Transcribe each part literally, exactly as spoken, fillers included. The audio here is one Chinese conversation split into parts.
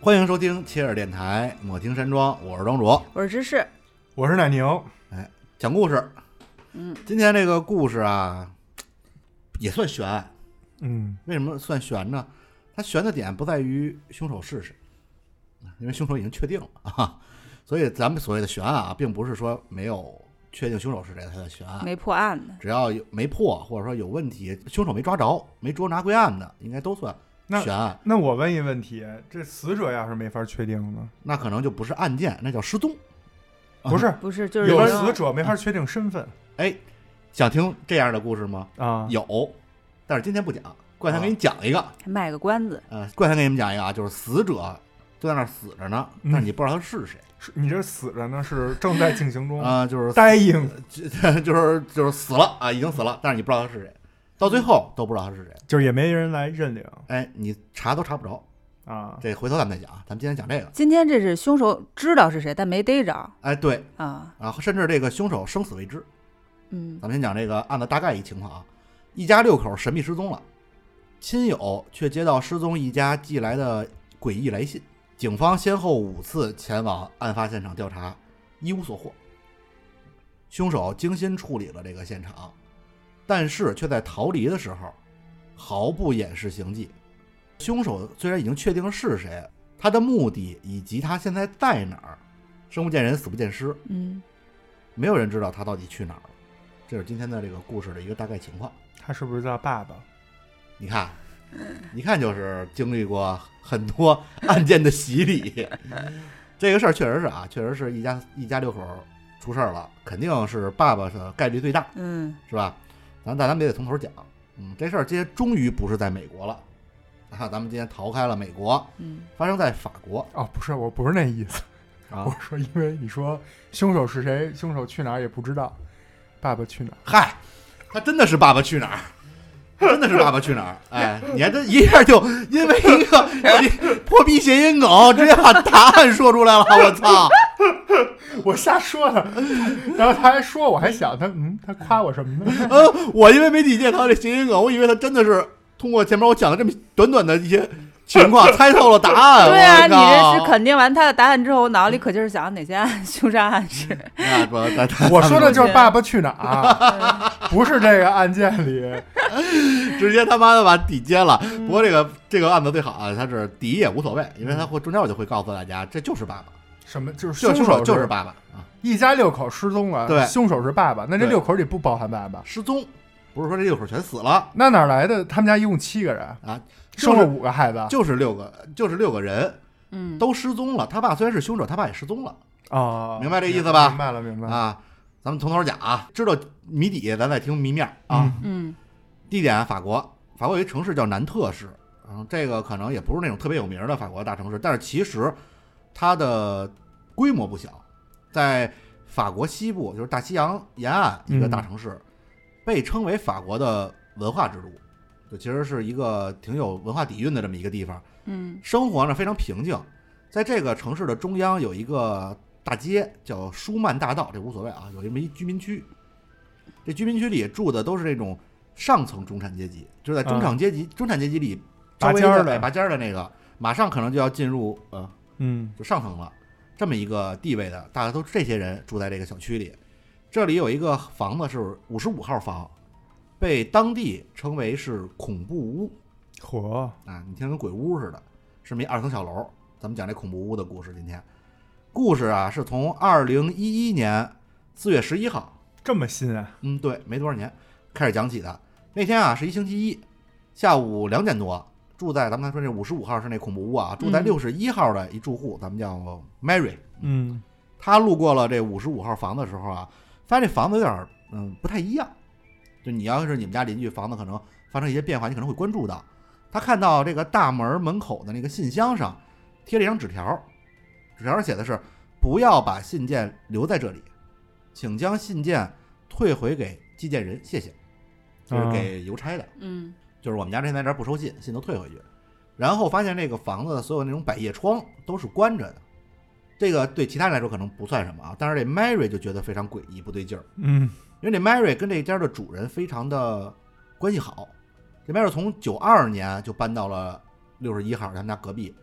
欢迎收听切尔电台，莫听山庄，我是庄主， 我是芝士， 我是奶牛。 哎，讲故事。 嗯， 今天这个故事啊，也算悬案。 嗯， 为什么算悬呢？它悬的点不在于凶手是谁，因为凶手已经确定了啊。所以咱们所谓的悬案啊，并不是说没有确定凶手是谁才算悬案， 没破案的， 只要有没破或者说有问题，凶手没抓着，没捉拿归案的，应该都算悬案。 那, 那我问一问题，这死者要是没法确定呢？ 那可能就不是案件，那叫失踪。 不是， 不是，就是有死者没法确定身份。 哎，想听这样的故事吗？ 啊， 有，但是今天不讲。怪谈给你讲一个， 还卖个关子。 呃，怪谈给你们讲一个啊，就是死者就在那儿死着呢，但是你不知道他是谁。 是你这死着呢，是正在进行中啊、呃，就是呆硬， 就是就是死了啊，已经死了，但是你不知道他是谁，到最后都不知道他是谁， 就是也没人来认领。 哎，你查都查不着啊。 这回头咱们再讲，咱们今天讲这个。 今天这是凶手知道是谁，但没逮着。 哎，对啊啊，甚至这个凶手生死未知。 嗯， 咱们先讲这个案子大概一情况啊，一家六口神秘失踪了，亲友却接到失踪一家寄来的诡异来信。警方先后五次前往案发现场调查，一无所获。凶手精心处理了这个现场，但是却在逃离的时候毫不掩饰行迹。凶手虽然已经确定是谁，他的目的以及他现在在哪儿，生不见人死不见尸， 嗯， 没有人知道他到底去哪儿了。这是今天的这个故事的一个大概情况。 他是不是叫爸爸？ 你看一看就是经历过很多案件的洗礼。这个事儿确实是啊，确实是一家一家六口出事儿了，肯定是爸爸的概率最大， 嗯， 是吧？咱但咱们也得从头讲。嗯，这事儿今天终于不是在美国了啊，咱们今天逃开了美国， 嗯， 发生在法国。 哦，不是，我不是那意思啊，我说因为你说凶手是谁，凶手去哪儿也不知道，爸爸去哪儿？ 嗨，他真的是爸爸去哪儿？真的是爸爸去哪儿？哎，你还真一下就因为一个破逼谐音梗，直接把答案说出来了！我操！ 我瞎说的。然后他还说，我还想他，嗯，他夸我什么呢？ 呃，我因为没理解他这谐音梗，我以为他真的是通过前面我讲的这么短短的一些情况猜透了答案。 对啊，你这是肯定完他的答案之后，我脑里可劲儿想哪些案凶杀案是。 啊、不， 我说的就是《爸爸去哪儿》，不是这个案件里， 直接他妈的把底揭了。不过这个这个案子最好啊，他是底也无所谓，因为他会中间我就会告诉大家，这就是爸爸。 什么就是凶手就是爸爸啊！ 一家六口失踪了， 对， 凶手是爸爸，那这六口里不包含爸爸。 失踪不是说这六口全死了， 那哪来的？他们家一共七个人啊， 生了五个孩子， 就是六个，就是六个人， 嗯， 都失踪了。他爸虽然是凶手，他爸也失踪了。 哦， 明白这意思吧？ 明白了，明白了啊！咱们从头讲啊，知道谜底，咱再听谜面啊。 嗯， 地点法国，法国有一城市叫南特市，嗯，这个可能也不是那种特别有名的法国大城市，但是其实它的规模不小，在法国西部，就是大西洋沿岸一个大城市，嗯、被称为法国的文化之都，就其实是一个挺有文化底蕴的这么一个地方。 嗯， 生活呢非常平静，在这个城市的中央有一个大街叫舒曼大道，这无所谓啊，有这么一居民区。这居民区里住的都是这种上层中产阶级，就是在中产阶级、嗯、中产阶级里拔尖儿的拔尖儿的那个，马上可能就要进入呃嗯就上层了。这么一个地位的，大家都这些人住在这个小区里。这里有一个房子是五十五号房，被当地称为是恐怖屋。 嚯啊，你听跟鬼屋似的，是么一二层小楼。咱们讲这恐怖屋的故事。今天故事啊是从二零一一年四月十一号， 这么新啊？ 嗯，对，没多少年开始讲起的。那天啊是一星期一下午两点多。住在咱们刚才说这五十五号是那恐怖屋啊，住在六十一号的一住户，嗯、咱们叫 Mary， 嗯， 他路过了这五十五号房的时候啊，发现这房子有点嗯不太一样。就你要是你们家邻居房子可能发生一些变化，你可能会关注到。他看到这个大门门口的那个信箱上贴了一张纸条，纸条上写的是不要把信件留在这里，请将信件退回给寄件人，谢谢。就是给邮差的， 啊、嗯。 就是我们家这在这儿不收信，信都退回去。然后发现这个房子的所有那种百叶窗都是关着的，这个对其他人来说可能不算什么啊，但是这 Mary 就觉得非常诡异不对劲儿。 嗯， 因为这 Mary 跟这家的主人非常的关系好，这 Mary 从九二年就搬到了六十一号他们家隔壁，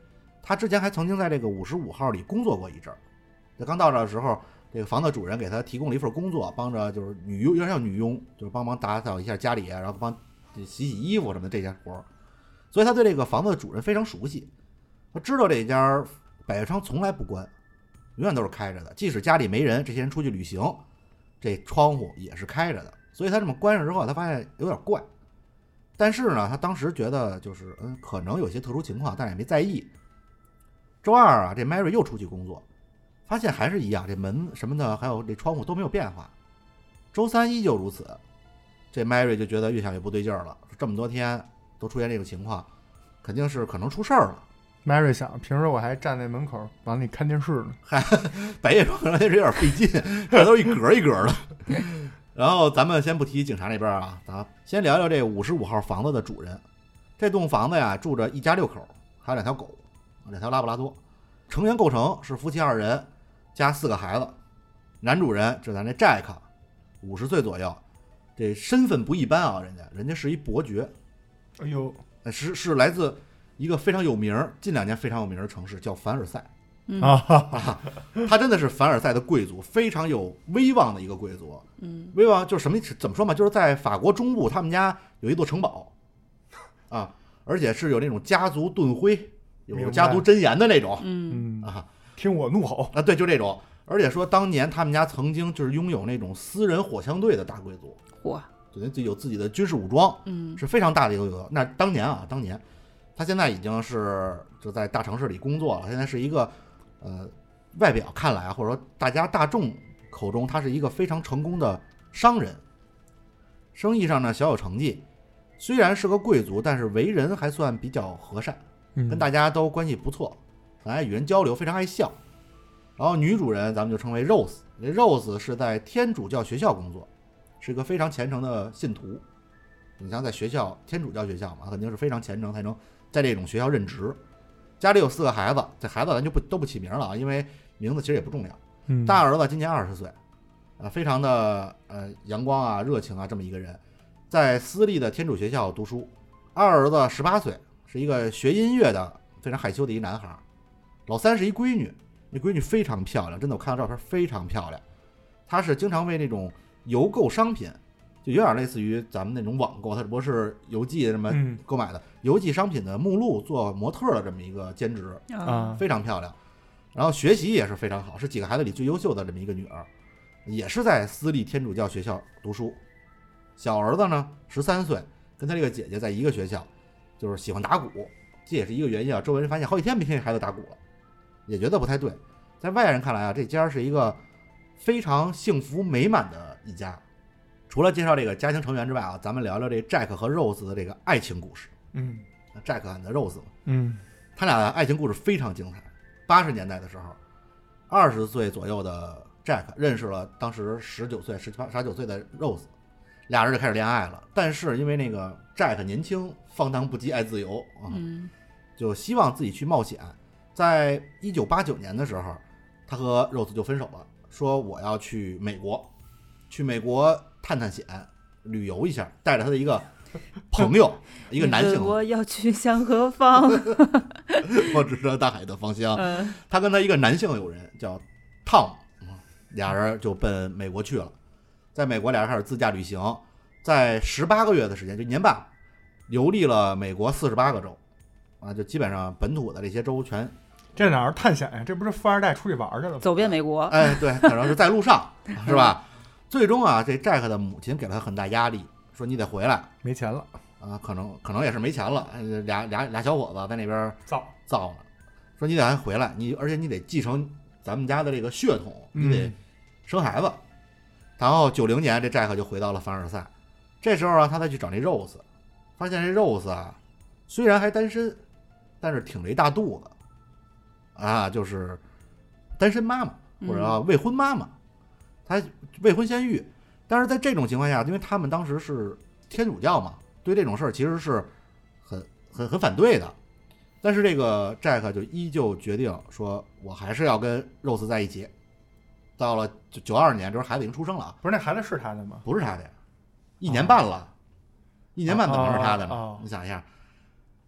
他之前还曾经在这个五十五号里工作过一阵儿。这刚到这的时候，这个房子主人给他提供了一份工作，帮着就是女佣，有点像女佣，就是帮忙打扫一下家里，然后帮洗洗衣服什么的这些活儿。所以他对这个房子的主人非常熟悉，他知道这家百叶窗从来不关，永远都是开着的，即使家里没人，这些人出去旅行，这窗户也是开着的。所以他这么关上之后，他发现有点怪。但是呢，他当时觉得就是嗯，可能有些特殊情况，但也没在意。周二啊，这 Mary 又出去工作，发现还是一样，这门什么的，还有这窗户都没有变化。周三依旧如此，这 Mary 就觉得越想越不对劲儿了，这么多天都出现这种情况，肯定是可能出事儿了。 Mary 想，平时我还站在门口往里看电视呢， 嗨，百叶窗看电视有点费劲，这都一格一格的。然后咱们先不提警察那边啊，咱先聊聊这五十五号房子的主人。这栋房子呀，住着一家六口，还有两条狗，两条拉布拉多。成员构成是夫妻二人加四个孩子。男主人是咱这 Jack， 五十岁左右，这身份不一般啊，人家人家是一伯爵。 哎呦， 是是来自一个非常有名，近两年非常有名的城市，叫凡尔赛。 嗯啊，他真的是凡尔赛的贵族，非常有威望的一个贵族。 嗯， 威望就是什么？怎么说嘛？就是在法国中部，他们家有一座城堡，啊，而且是有那种家族盾徽、有家族箴言的那种。 嗯啊， 听我怒吼啊！对，就这种。而且说当年他们家曾经就是拥有那种私人火枪队的大贵族， 嚯， 对，有自己的军事武装， 嗯， 是非常大的一个贵族。那当年啊，当年他现在已经是就在大城市里工作了，现在是一个。呃，外表看来啊，或者说大家大众口中，他是一个非常成功的商人，生意上呢小有成绩。虽然是个贵族，但是为人还算比较和善，跟大家都关系不错，很爱与人交流，非常爱笑。然后女主人咱们就称为 Rose， 这 Rose 是在天主教学校工作，是一个非常虔诚的信徒。你像在学校天主教学校嘛，肯定是非常虔诚才能在这种学校任职。家里有四个孩子，这孩子咱就不都不起名了啊，因为名字其实也不重要。 嗯， 大儿子今年二十岁，啊，非常的呃阳光啊、热情啊，这么一个人，在私立的天主学校读书。二儿子十八岁，是一个学音乐的非常害羞的一男孩。老三是一闺女，那闺女非常漂亮，真的我看到照片非常漂亮。她是经常为那种邮购商品。就有点类似于咱们那种网购，它只不过是邮寄什么购买的、嗯、邮寄商品的目录做模特的这么一个兼职啊， 非常漂亮。然后学习也是非常好，是几个孩子里最优秀的这么一个女儿，也是在私立天主教学校读书。小儿子呢十三岁，跟他这个姐姐在一个学校，就是喜欢打鼓，这也是一个原因啊。周围人发现好几天没听见孩子打鼓了，也觉得不太对。在外人看来啊，这家是一个非常幸福美满的一家。除了介绍这个家庭成员之外啊，咱们聊聊这 Jack 和 Rose 的这个爱情故事。 嗯 ，Jack and Rose 嘛， 嗯， 他俩的爱情故事非常精彩。八十年代的时候，二十岁左右的 Jack 认识了当时十九岁、十八、十九岁的 Rose， 俩人就开始恋爱了。但是因为那个 Jack 年轻、放荡不羁、爱自由啊， 嗯， 就希望自己去冒险。在一九八九年的时候，他和 Rose 就分手了，说我要去美国，去美国。探探险，旅游一下，带着他的一个朋友，一个男性。 我要去向何方？ 我只知道大海的方向。 嗯、 他跟他一个男性友人叫 Tom， 俩人就奔美国去了。在美国，俩人开始自驾旅行，在十八个月的时间，就一年半，游历了美国四十八个州，啊，就基本上本土的这些州全。 这哪儿探险呀？这不是富二代出去玩去了吗？ 走遍美国。 哎，对，可能是在路上，是吧？最终啊，这 Jack 的母亲给了他很大压力，说你得回来， 没钱了啊，可能可能也是没钱了，俩俩俩小伙子在那边造造呢，说你得还回来，你而且你得继承咱们家的这个血统，你得生孩子。嗯、然后九零年这 Jack 就回到了凡尔赛，这时候啊，他再去找那 Rose， 发现这 Rose 啊，虽然还单身，但是挺着一大肚子，啊，就是单身妈妈或者未婚妈妈。嗯，他未婚先育，但是在这种情况下，因为他们当时是天主教嘛，对这种事儿其实是很很很反对的。但是这个 Jack 就依旧决定说，我还是要跟 Rose 在一起。到了九二年，这时候孩子已经出生了啊， 不是那孩子是他的吗？ 不是他的呀，一年半了，哦、一年半怎么是他的呢？ 哦哦、 你想一下，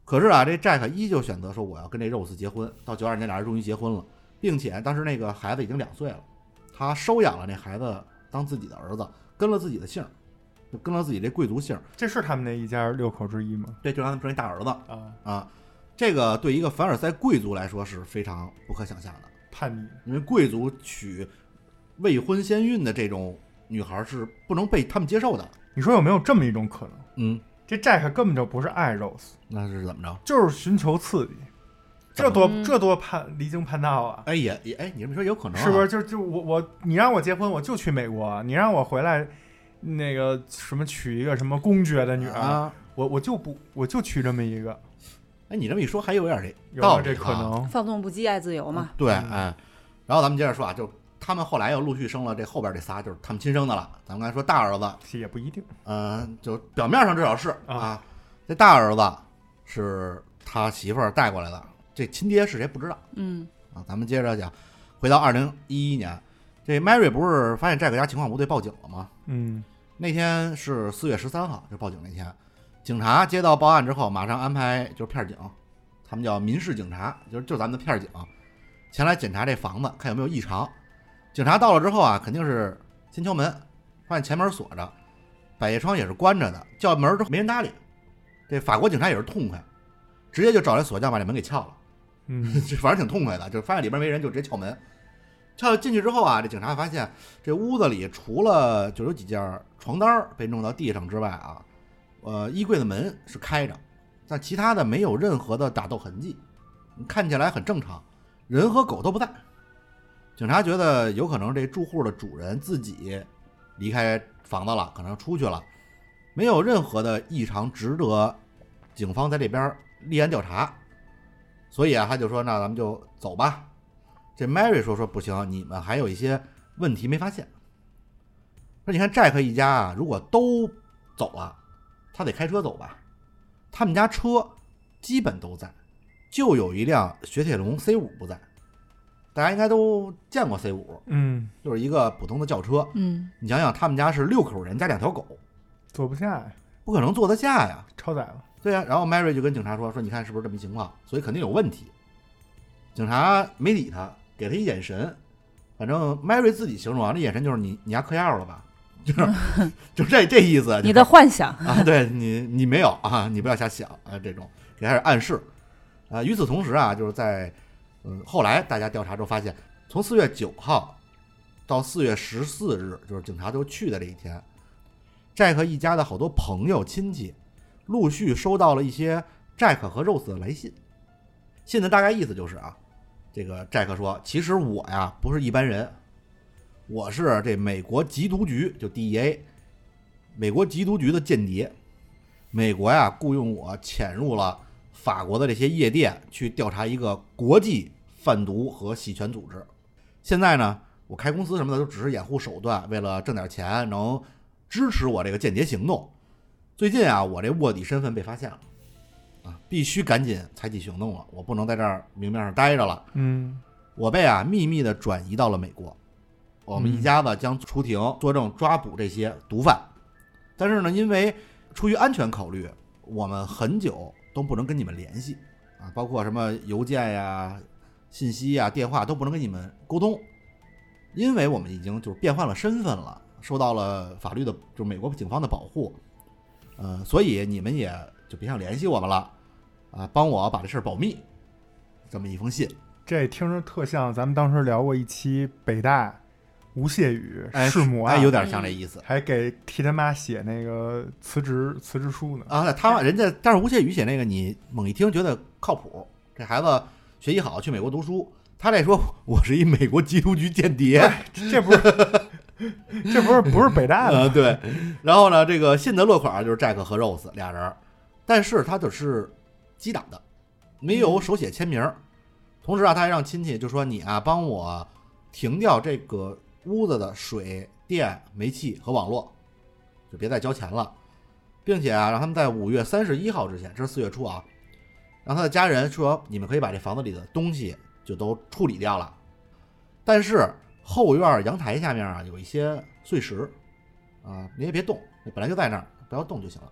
可是啊，这 Jack 依旧选择说我要跟这 Rose 结婚。到九二年，俩人终于结婚了，并且当时那个孩子已经两岁了，他收养了那孩子当自己的儿子，跟了自己的姓，就跟了自己这贵族姓。 这是他们那一家六口之一吗？ 对，就是他们说那大儿子啊啊。这个对一个凡尔赛贵族来说是非常不可想象的， 叛逆， 因为贵族娶未婚先孕的这种女孩是不能被他们接受的。 你说有没有这么一种可能？ 嗯， 这 Jack 根本就不是爱 Rose， 那是怎么着？ 就是寻求刺激，这多、嗯、这多叛离经叛道啊！ 哎也也哎，你这么说有可能、啊， 是不是？就就我我你让我结婚，我就去美国；你让我回来，那个什么娶一个什么公爵的女儿，啊、我我就不我就娶这么一个。 哎，你这么一说，还有点这道理、啊， 有这可能。 放纵不羁，爱自由嘛。 对，哎，然后咱们接着说啊，就他们后来又陆续生了这后边这仨，就是他们亲生的了。咱们刚才说大儿子， 其实也不一定， 嗯、呃，就表面上至少是啊， 啊这大儿子是他媳妇儿带过来的，这亲爹是谁不知道。 嗯， 啊，咱们接着讲，回到二零一一年，这 Mary 不是发现Jack家情况不对，报警了吗？ 嗯， 那天是四月十三号，就报警那天。警察接到报案之后，马上安排就是片警，他们叫民事警察，就是就咱们的片警，前来检查这房子，看有没有异常。警察到了之后啊，肯定是先敲门，发现前门锁着，百叶窗也是关着的，叫门之后没人搭理。这法国警察也是痛快，直接就找来锁匠把这门给撬了。 嗯， 这反正挺痛快的，就发现里边没人，就直接撬门。撬进去之后啊，这警察发现这屋子里除了就有几件床单被弄到地上之外啊。呃，衣柜的门是开着，但其他的没有任何的打斗痕迹，看起来很正常，人和狗都不在。警察觉得有可能这住户的主人自己离开房子了，可能出去了，没有任何的异常值得警方在这边立案调查，所以啊，他就说那咱们就走吧。这 Mary 说说不行，你们还有一些问题没发现。说你看 Jack 一家啊，如果都走了。他得开车走吧，他们家车基本都在，就有一辆雪铁龙 C 五 不在。大家应该都见过 C 五， 嗯， 就是一个普通的轿车。 嗯， 你想想，他们家是六口人加两条狗， 坐不下呀， 不可能坐得下呀， 超载了。 对呀、啊，然后 Mary 就跟警察说：“说你看是不是这么一情况？所以肯定有问题。”警察没理他，给他一眼神，反正 Mary 自己形容啊，那眼神就是你你家嗑药了吧？就是就这这意思、就是， 你的幻想啊，对你你没有啊，你不要瞎想啊，这种给他是暗示啊。与此同时啊，就是在嗯后来大家调查之后发现，从四月九号到四月十四日，就是警察都去的这一天，Jack一家的好多朋友亲戚陆续收到了一些 Jack 和 Rose 的来信，信的大概意思就是啊，这个 Jack 说，其实我呀不是一般人。我是这美国缉毒局，就 D E A， 美国缉毒局的间谍。美国呀雇佣我潜入了法国的这些夜店，去调查一个国际贩毒和洗钱组织。现在呢，我开公司什么的都只是掩护手段，为了挣点钱，能支持我这个间谍行动。最近啊，我这卧底身份被发现了，啊，必须赶紧采取行动了，我不能在这儿明面上待着了。 嗯， 我被啊秘密的转移到了美国。我们一家子将出庭作证抓捕这些毒贩，但是呢，因为出于安全考虑，我们很久都不能跟你们联系啊，包括什么邮件呀、信息呀、电话都不能跟你们沟通，因为我们已经就是变换了身份了，受到了法律的就是美国警方的保护，呃，所以你们也就别想联系我们了啊，帮我把这事儿保密，这么一封信。 这听着特像咱们当时聊过一期北大。吴谢宇弑母案、 哎，有点像这意思， 还给替他妈写那个辞职辞职书呢。 啊，他人家，但是吴谢宇写那个，你猛一听觉得靠谱，这孩子学习好，去美国读书。他这说我是一美国缉毒局间谍， 哎、这不是这不是不是北大的、 呃、对。然后呢，这个信的落款就是 Jack 和 Rose 俩人，但是他就是击打的，没有手写签名。嗯、同时啊，他还让亲戚就说你啊，帮我停掉这个。屋子的水电煤气和网络，就别再交钱了，并且啊，让他们在五月三十一号之前，这是四月初啊，让他的家人说，你们可以把这房子里的东西就都处理掉了，但是后院阳台下面啊有一些碎石啊，你也别动，你本来就在那儿，不要动就行了。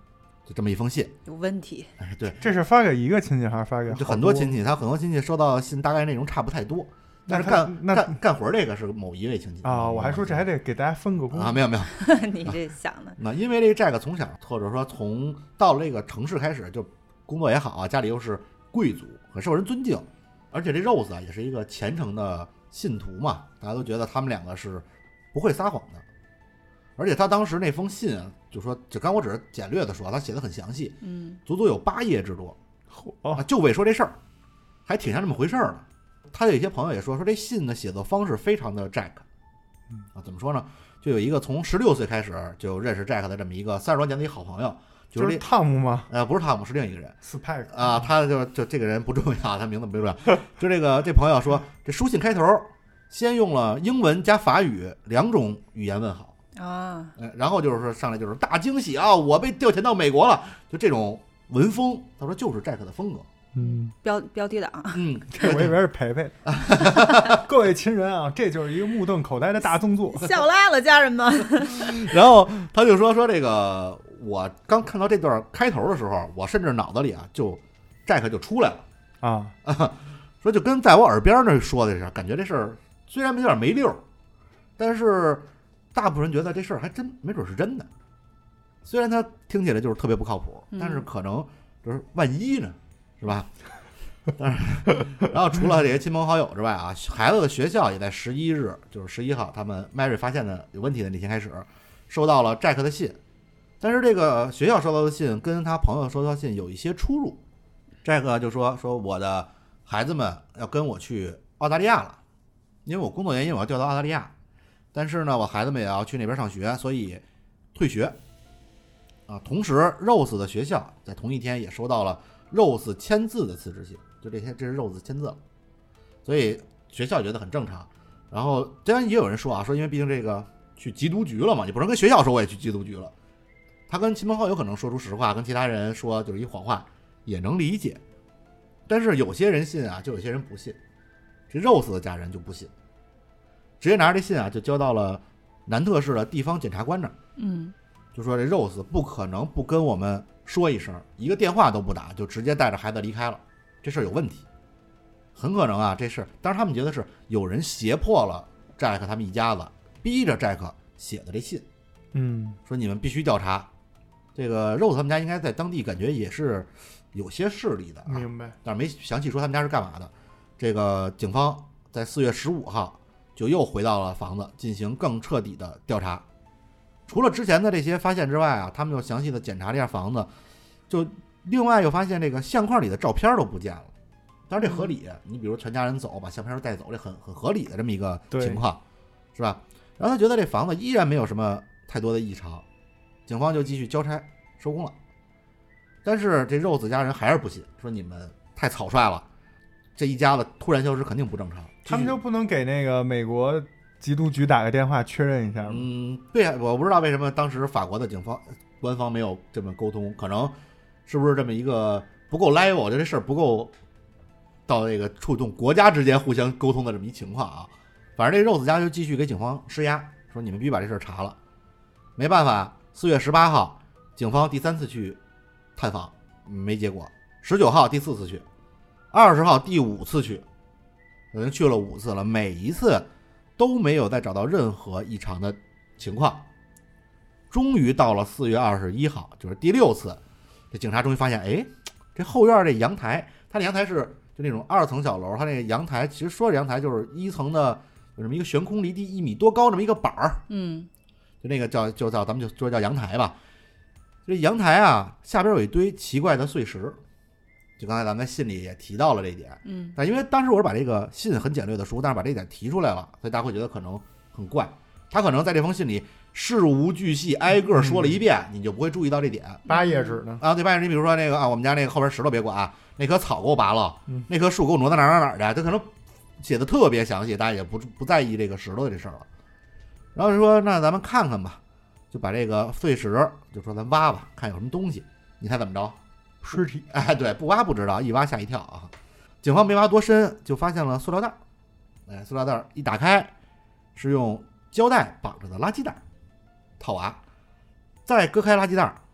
就这么一封信， 有问题。 哎，对， 这是发给一个亲戚还是发给就很多亲戚？他很多亲戚收到信，大概内容差不太多。但是干那干干活这个是某一位亲戚啊，我还说这还得给大家分个工啊，没有没有， 你这想的。 那因为这个 Jack 从小或者说从到了这个城市开始就工作也好啊，家里又是贵族，很受人尊敬，而且这 Rose 啊也是一个虔诚的信徒嘛，大家都觉得他们两个是不会撒谎的。而且他当时那封信啊，就说就刚我只是简略的说，他写的很详细， 嗯， 足足有八页之多， 哦、 啊，就为说这事儿，还挺像这么回事儿的。他有一些朋友也说，说这信的写作方式非常的 Jack， 啊，怎么说呢？就有一个从十六岁开始就认识 Jack 的这么一个三十多年的一好朋友， 就是、是汤姆吗？ 呃，不是汤姆，是另一个人。 斯派克啊，他就就这个人不重要，他名字不重要。就这个这朋友说，这书信开头先用了英文加法语两种语言问好啊， 呃，然后就是说上来就是大惊喜啊，我被调遣到美国了，就这种文风，他说就是 Jack 的风格。 嗯，标标题党， 嗯， 这我以为是培培。各位亲人啊，这就是一个目瞪口呆的大动作， 笑烂了，家人们。 然后他就说说这个，我刚看到这段开头的时候，我甚至脑子里啊就 Jack 就出来了啊， 啊说就跟在我耳边那说的是，感觉这事儿虽然有点没溜，但是大部分人觉得这事儿还真没准是真的。虽然他听起来就是特别不靠谱，但是可能就是万一呢。是吧？但是，然后除了这些亲朋好友之外啊，孩子的学校也在十一日，就是十一号，他们 Mary 发现的有问题的那天开始，收到了 Jack 的信。但是这个学校收到的信跟他朋友收到的信有一些出入。Jack 就说说我的孩子们要跟我去澳大利亚了，因为我工作原因我要调到澳大利亚，但是呢，我孩子们也要去那边上学，所以退学。啊，同时 Rose 的学校在同一天也收到了Rose 签字的辞职信，就这些，这是 Rose 签字了，所以学校觉得很正常。然后当然也有人说啊，说因为毕竟这个去缉毒局了嘛，你不能跟学校说我也去缉毒局了。他跟亲朋好友可能说出实话，跟其他人说就是一谎话，也能理解。但是有些人信啊，就有些人不信。这 Rose 的家人就不信，直接拿着这信啊，就交到了南特市的地方检察官那儿。 嗯， 就说这 Rose 不可能不跟我们说一声，一个电话都不打就直接带着孩子离开了，这事儿有问题。很可能啊，这事当然他们觉得是有人胁迫了 Jack 他们一家子，逼着 Jack 写的这信。 嗯， 说你们必须调查。这个 Rose 他们家应该在当地感觉也是有些势力的、啊， 明白？ 但是没详细说他们家是干嘛的。这个警方在四月十五号就又回到了房子，进行更彻底的调查。除了之前的这些发现之外啊，他们又详细的检查了一下房子，就另外又发现这个相框里的照片都不见了。当然这合理，你比如全家人走，把相片带走，这很很合理的这么一个情况，是吧？然后他觉得这房子依然没有什么太多的异常，警方就继续交差收工了。但是这Rose家人还是不信，说你们太草率了，这一家子突然消失肯定不正常。 他们就不能给那个美国缉毒局打个电话确认一下吗？ 嗯，对啊，我不知道为什么当时法国的警方官方没有这么沟通，可能是不是这么一个不够 level， 就这事儿不够到这个触动国家之间互相沟通的这么一情况啊。反正这 Rose 家就继续给警方施压，说你们必须把这事儿查了。没办法，四月十八号，警方第三次去探访，没结果。十九号第四次去，二十号第五次去，已经去了五次了，每一次都没有再找到任何异常的情况。终于到了四月二十一号，就是第六次，这警察终于发现，哎，这后院这阳台，它的阳台是就那种二层小楼，它那个阳台其实说是阳台，就是一层的有这么一个悬空离地一米多高这么一个板儿， 嗯， 就那个叫就叫咱们就说叫阳台吧。这阳台啊下边有一堆奇怪的碎石，就刚才咱们在信里也提到了这一点， 嗯， 但因为当时我是把这个信很简略的书，但是把这一点提出来了，所以大家会觉得可能很怪。他可能在这封信里事无巨细挨个说了一遍，嗯、你就不会注意到这点。 八页纸呢？ 啊，对，八页纸，你比如说那个啊，我们家那个后边石头别管啊，那棵草给我拔了， 嗯、 那棵树给我挪到哪哪哪儿去，他可能写的特别详细，大家也不不在意这个石头的这事儿了。然后就说那咱们看看吧，就把这个碎石就说咱挖吧，看有什么东西。你猜怎么着？ 尸体。 哎，对，不挖不知道，一挖吓一跳啊！警方没挖多深，就发现了塑料袋。哎，塑料袋一打开，是用胶带绑着的垃圾袋，套娃。再割开垃圾袋，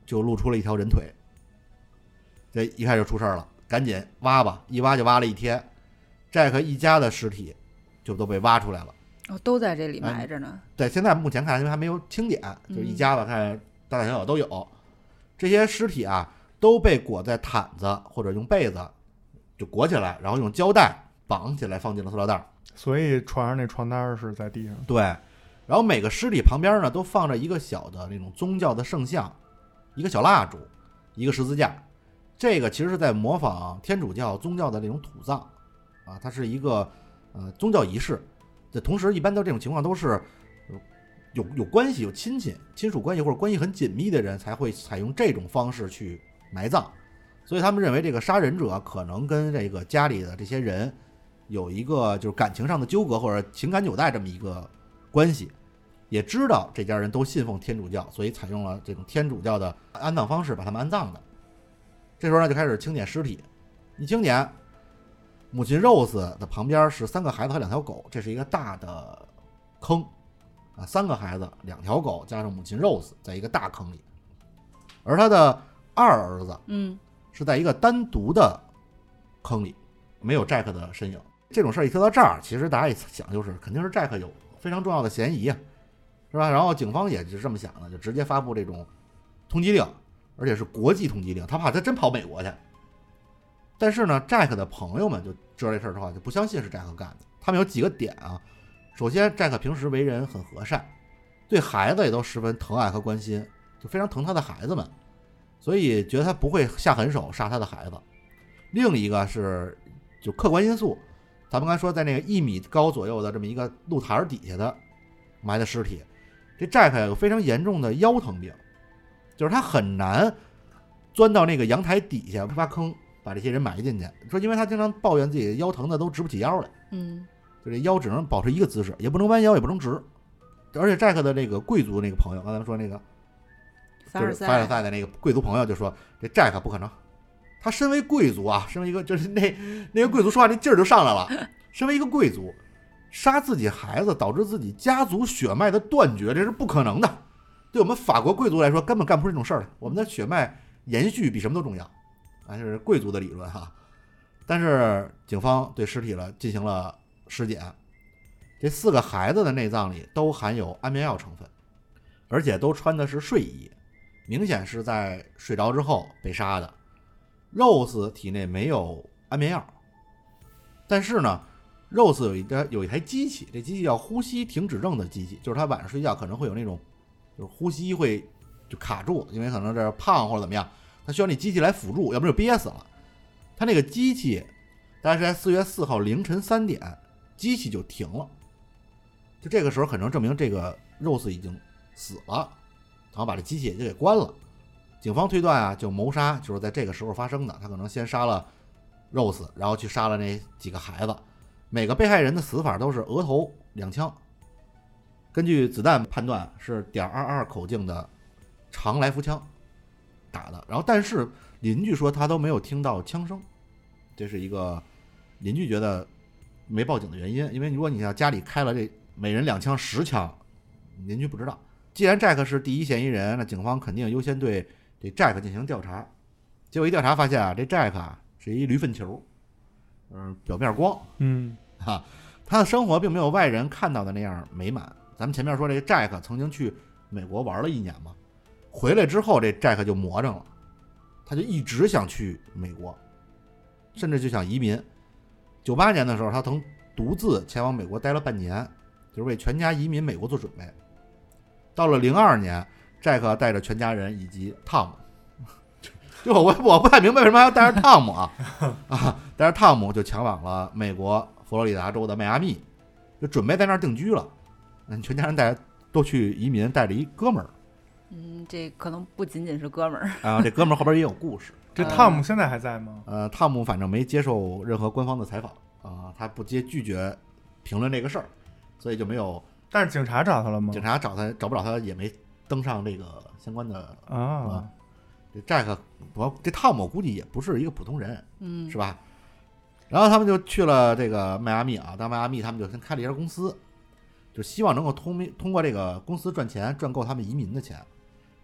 就露出了一条人腿。这一开始出事了，赶紧挖吧，一挖就挖了一天。Jack 一家的尸体就都被挖出来了。 哦，都在这里埋着呢。 嗯、对，现在目前看因为还没有清点，就一家吧，看大大小小都有。这些尸体啊都被裹在毯子或者用被子就裹起来，然后用胶带绑起来放进了塑料袋。 所以床上那床单是在地上。 对，然后每个尸体旁边呢都放着一个小的那种宗教的圣像，一个小蜡烛，一个十字架。这个其实是在模仿天主教宗教的那种土葬啊，它是一个呃宗教仪式。这同时一般的这种情况都是有有关系有亲戚亲属关系或者关系很紧密的人才会采用这种方式去埋葬，所以他们认为这个杀人者可能跟这个家里的这些人有一个就是感情上的纠葛或者情感纽带这么一个关系，也知道这家人都信奉天主教，所以采用了这种天主教的安葬方式把他们安葬的。这时候呢就开始清点尸体，一清点，母亲 Rose 的旁边是三个孩子和两条狗，这是一个大的坑啊，三个孩子两条狗加上母亲 Rose 在一个大坑里，而他的二儿子嗯是在一个单独的坑里，没有 Jack 的身影。这种事儿一说到这儿，其实大家一想就是肯定是 Jack 有非常重要的嫌疑啊，是吧？然后警方也是这么想的，就直接发布这种通缉令，而且是国际通缉令，他怕他真跑美国去。但是呢 Jack 的朋友们就知道这事儿的话就不相信是 Jack 干的。他们有几个点啊，首先 Jack 平时为人很和善，对孩子也都十分疼爱和关心，就非常疼他的孩子们，所以觉得他不会下狠手杀他的孩子。另一个是就客观因素，咱们刚才说在那个一米高左右的这么一个露台底下的埋的尸体，这 Jack 有非常严重的腰疼病，就是他很难钻到那个阳台底下挖坑把这些人埋进去，说因为他经常抱怨自己腰疼的都直不起腰来， 嗯， 就这腰只能保持一个姿势，也不能弯腰也不能直。而且 Jack 的那个贵族那个朋友，刚才咱们说那个就是凡尔赛的那个贵族朋友就说这 Jack 不可能，他身为贵族啊，身为一个就是那那个贵族说话那劲儿就上来了，身为一个贵族杀自己孩子导致自己家族血脉的断绝，这是不可能的。对我们法国贵族来说根本干不出这种事儿来，我们的血脉延续比什么都重要啊，这是贵族的理论哈。但是警方对尸体了进行了尸检，这四个孩子的内脏里都含有安眠药成分，而且都穿的是睡衣，明显是在睡着之后被杀的。Rose 体内没有安眠药，但是呢 Rose 有一台有一台机器，这机器叫呼吸停止症的机器，就是他晚上睡觉可能会有那种就是呼吸会就卡住，因为可能这胖或者怎么样，他需要那机器来辅助，要不然就憋死了。他那个机器大概是在四月四号凌晨三点机器就停了，就这个时候可能证明这个 Rose 已经死了，然后把这机器也就给关了。警方推断啊，就谋杀就是在这个时候发生的，他可能先杀了 Rose， 然后去杀了那几个孩子。每个被害人的死法都是额头两枪，根据子弹判断是点二二口径的长来福枪打的，然后但是邻居说他都没有听到枪声，这是一个邻居觉得没报警的原因，因为如果你要家里开了这每人两枪十枪，邻居不知道。既然 Jack 是第一嫌疑人，那警方肯定优先对这 Jack 进行调查。结果一调查发现啊，这 Jack 啊是一驴粪球，嗯，表面光， 嗯， 哈，他的生活并没有外人看到的那样美满。咱们前面说这个 Jack 曾经去美国玩了一年嘛，回来之后这 Jack 就魔怔了，他就一直想去美国，甚至就想移民。九八年的时候，他曾独自前往美国待了半年，就是为全家移民美国做准备。到了零二年 ，Jack 带着全家人以及汤姆，就我我不太明白为什么还要带着汤姆啊啊，带着汤姆就前往了美国佛罗里达州的迈阿密，就准备在那儿定居了。嗯，全家人带都去移民，带着一哥们儿。 嗯，这可能不仅仅是哥们儿啊，这哥们儿后边也有故事。 这汤姆现在还在吗？ 呃，汤姆反正没接受任何官方的采访啊，他不接拒绝评论这个事儿，所以就没有。 但是警察找他了吗？ 警察找他找不着他，也没登上这个相关的啊。 啊这 Jack， 我这汤姆估计也不是一个普通人， 嗯， 是吧？然后他们就去了这个迈阿密啊，到迈阿密他们就先开了一家公司，就希望能够通通过这个公司赚钱，赚够他们移民的钱。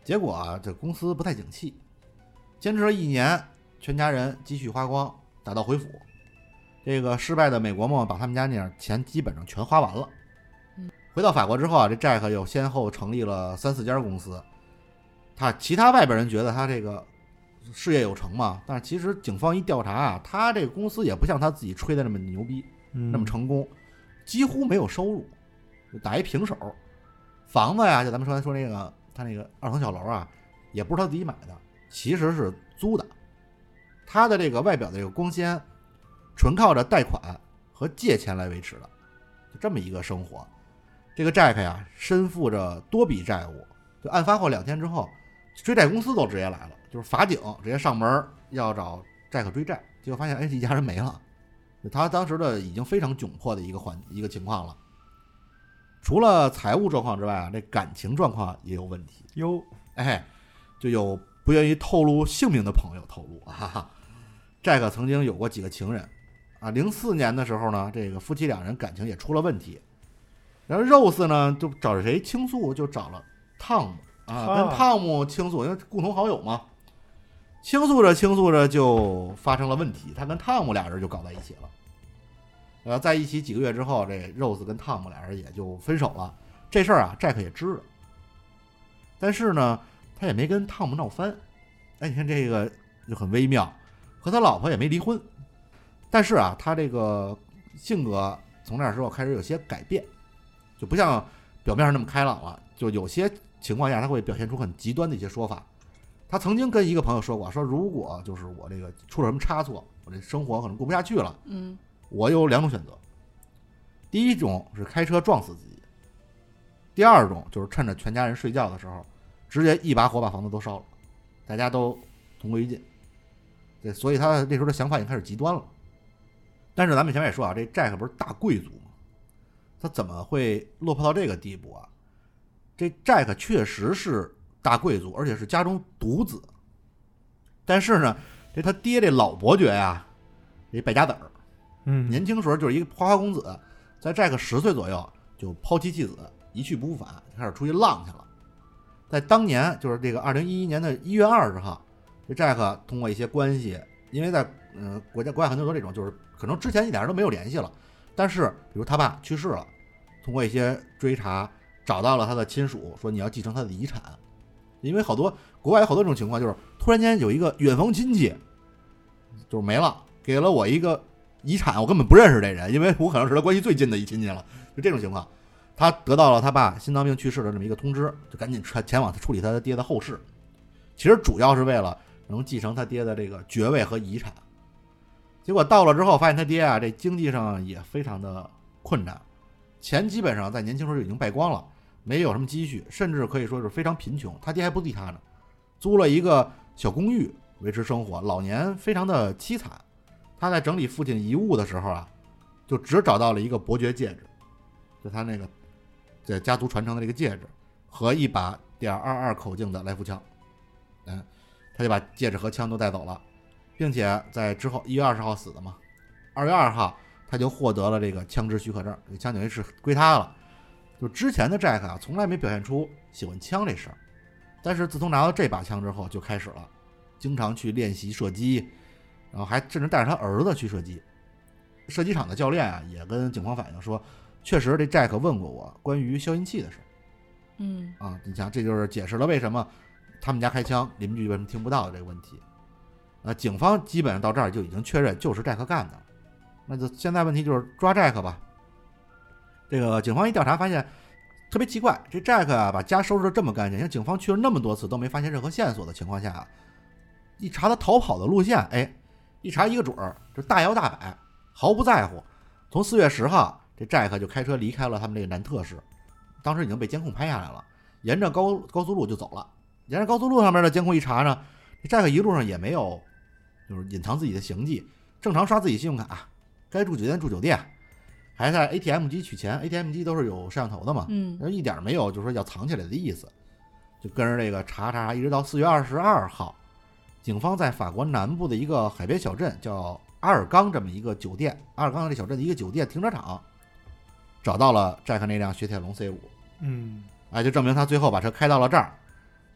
结果啊，这公司不太景气，坚持了一年，全家人积蓄花光，打道回府。这个失败的美国梦把他们家那点钱基本上全花完了。回到法国之后啊，这 Jack 又先后成立了三四家公司。他其他外边人觉得他这个事业有成嘛，但是其实警方一调查啊，他这个公司也不像他自己吹的那么牛逼， 嗯、 那么成功，几乎没有收入，就打一平手。房子呀，就咱们说说那个他那个二层小楼啊，也不是他自己买的，其实是租的。他的这个外表的这个光鲜，纯靠着贷款和借钱来维持的，就这么一个生活。这个 Jack 呀，身负着多笔债务，就案发后两天之后，追债公司都直接来了，就是法警直接上门要找 Jack 追债，结果发现哎，一家人没了。他当时的已经非常窘迫的一个环一个情况了。除了财务状况之外啊，这感情状况也有问题哟。 哎，就有不愿意透露姓名的朋友透露，哈哈。Jack 曾经有过几个情人啊，零四年的时候呢，这个夫妻两人感情也出了问题。然后 Rose 呢，就找着谁倾诉，就找了汤姆啊，跟汤姆倾诉，因为共同好友嘛。倾诉着倾诉着就发生了问题，他跟汤姆俩人就搞在一起了。然后在一起几个月之后，这 Rose 跟汤姆俩人也就分手了。这事儿啊 ，Jack 也知道，但是呢，他也没跟汤姆闹翻。哎，你看这个就很微妙，和他老婆也没离婚，但是啊，他这个性格从那时候开始有些改变。就不像表面上那么开朗了，就有些情况下他会表现出很极端的一些说法。他曾经跟一个朋友说过，说如果就是我这个出了什么差错，我这生活可能过不下去了， 嗯， 我有两种选择，第一种是开车撞死自己，第二种就是趁着全家人睡觉的时候，直接一把火把房子都烧了，大家都同归于尽。对，所以他那时候的想法已经开始极端了。但是咱们前面也说啊，这 Jack 不是大贵族吗？他怎么会落魄到这个地步啊？这 Jack 确实是大贵族，而且是家中独子。但是呢，这他爹这老伯爵呀，这败家子儿， 嗯， 年轻时候就是一个花花公子，在 Jack 十岁左右就抛妻弃子，一去不复返，开始出去浪去了。在当年，就是这个二零一一年的一月二十号，这 Jack 通过一些关系，因为在嗯、呃、国家国外很多这种，就是可能之前一点人都没有联系了。但是，比如他爸去世了，通过一些追查找到了他的亲属，说你要继承他的遗产，因为好多国外有好多这种情况，就是突然间有一个远房亲戚就是没了，给了我一个遗产，我根本不认识这人，因为我可能是他关系最近的一亲戚了，就这种情况，他得到了他爸心脏病去世的这么一个通知，就赶紧前往处理他的爹的后事，其实主要是为了能继承他爹的这个爵位和遗产。结果到了之后，发现他爹啊，这经济上也非常的困难，钱基本上在年轻时候就已经败光了，没有什么积蓄，甚至可以说是非常贫穷。他爹还不理他呢，租了一个小公寓维持生活，老年非常的凄惨。他在整理父亲遗物的时候啊，就只找到了一个伯爵戒指，就他那个这家族传承的这个戒指和一把点二二口径的来福枪，嗯，他就把戒指和枪都带走了。并且在之后一月二十号死的嘛，二月二号他就获得了这个枪支许可证，这枪等于是归他了。就之前的 Jack 啊，从来没表现出喜欢枪这事儿，但是自从拿到这把枪之后，就开始了，经常去练习射击，然后还甚至带着他儿子去射击。射击场的教练啊，也跟警方反映说，确实这 Jack 问过我关于消音器的事。 嗯啊，你想，这就是解释了为什么他们家开枪，邻居为什么听不到的这个问题。呃，警方基本上到这儿就已经确认就是 Jack 干的，那就现在问题就是抓 Jack 吧。这个警方一调查发现特别奇怪，这 Jack 啊把家收拾得这么干净，像警方去了那么多次都没发现任何线索的情况下，一查他逃跑的路线，哎，一查一个准儿，就大摇大摆，毫不在乎。从四月十号，这 Jack 就开车离开了他们这个南特市，当时已经被监控拍下来了，沿着高高速路就走了。沿着高速路上面的监控一查呢，这 Jack 一路上也没有就是隐藏自己的行迹，正常刷自己信用卡，该住酒店住酒店，还在 A T M 机取钱 ，A T M 机都是有摄像头的嘛， 嗯， 一点没有就是说要藏起来的意思，就跟着这个查查，一直到四月二十二号，警方在法国南部的一个海边小镇叫阿尔冈这么一个酒店，阿尔冈这小镇的一个酒店停车场，找到了 Jack 那辆雪铁龙 C 五， 嗯， 哎，就证明他最后把车开到了这儿。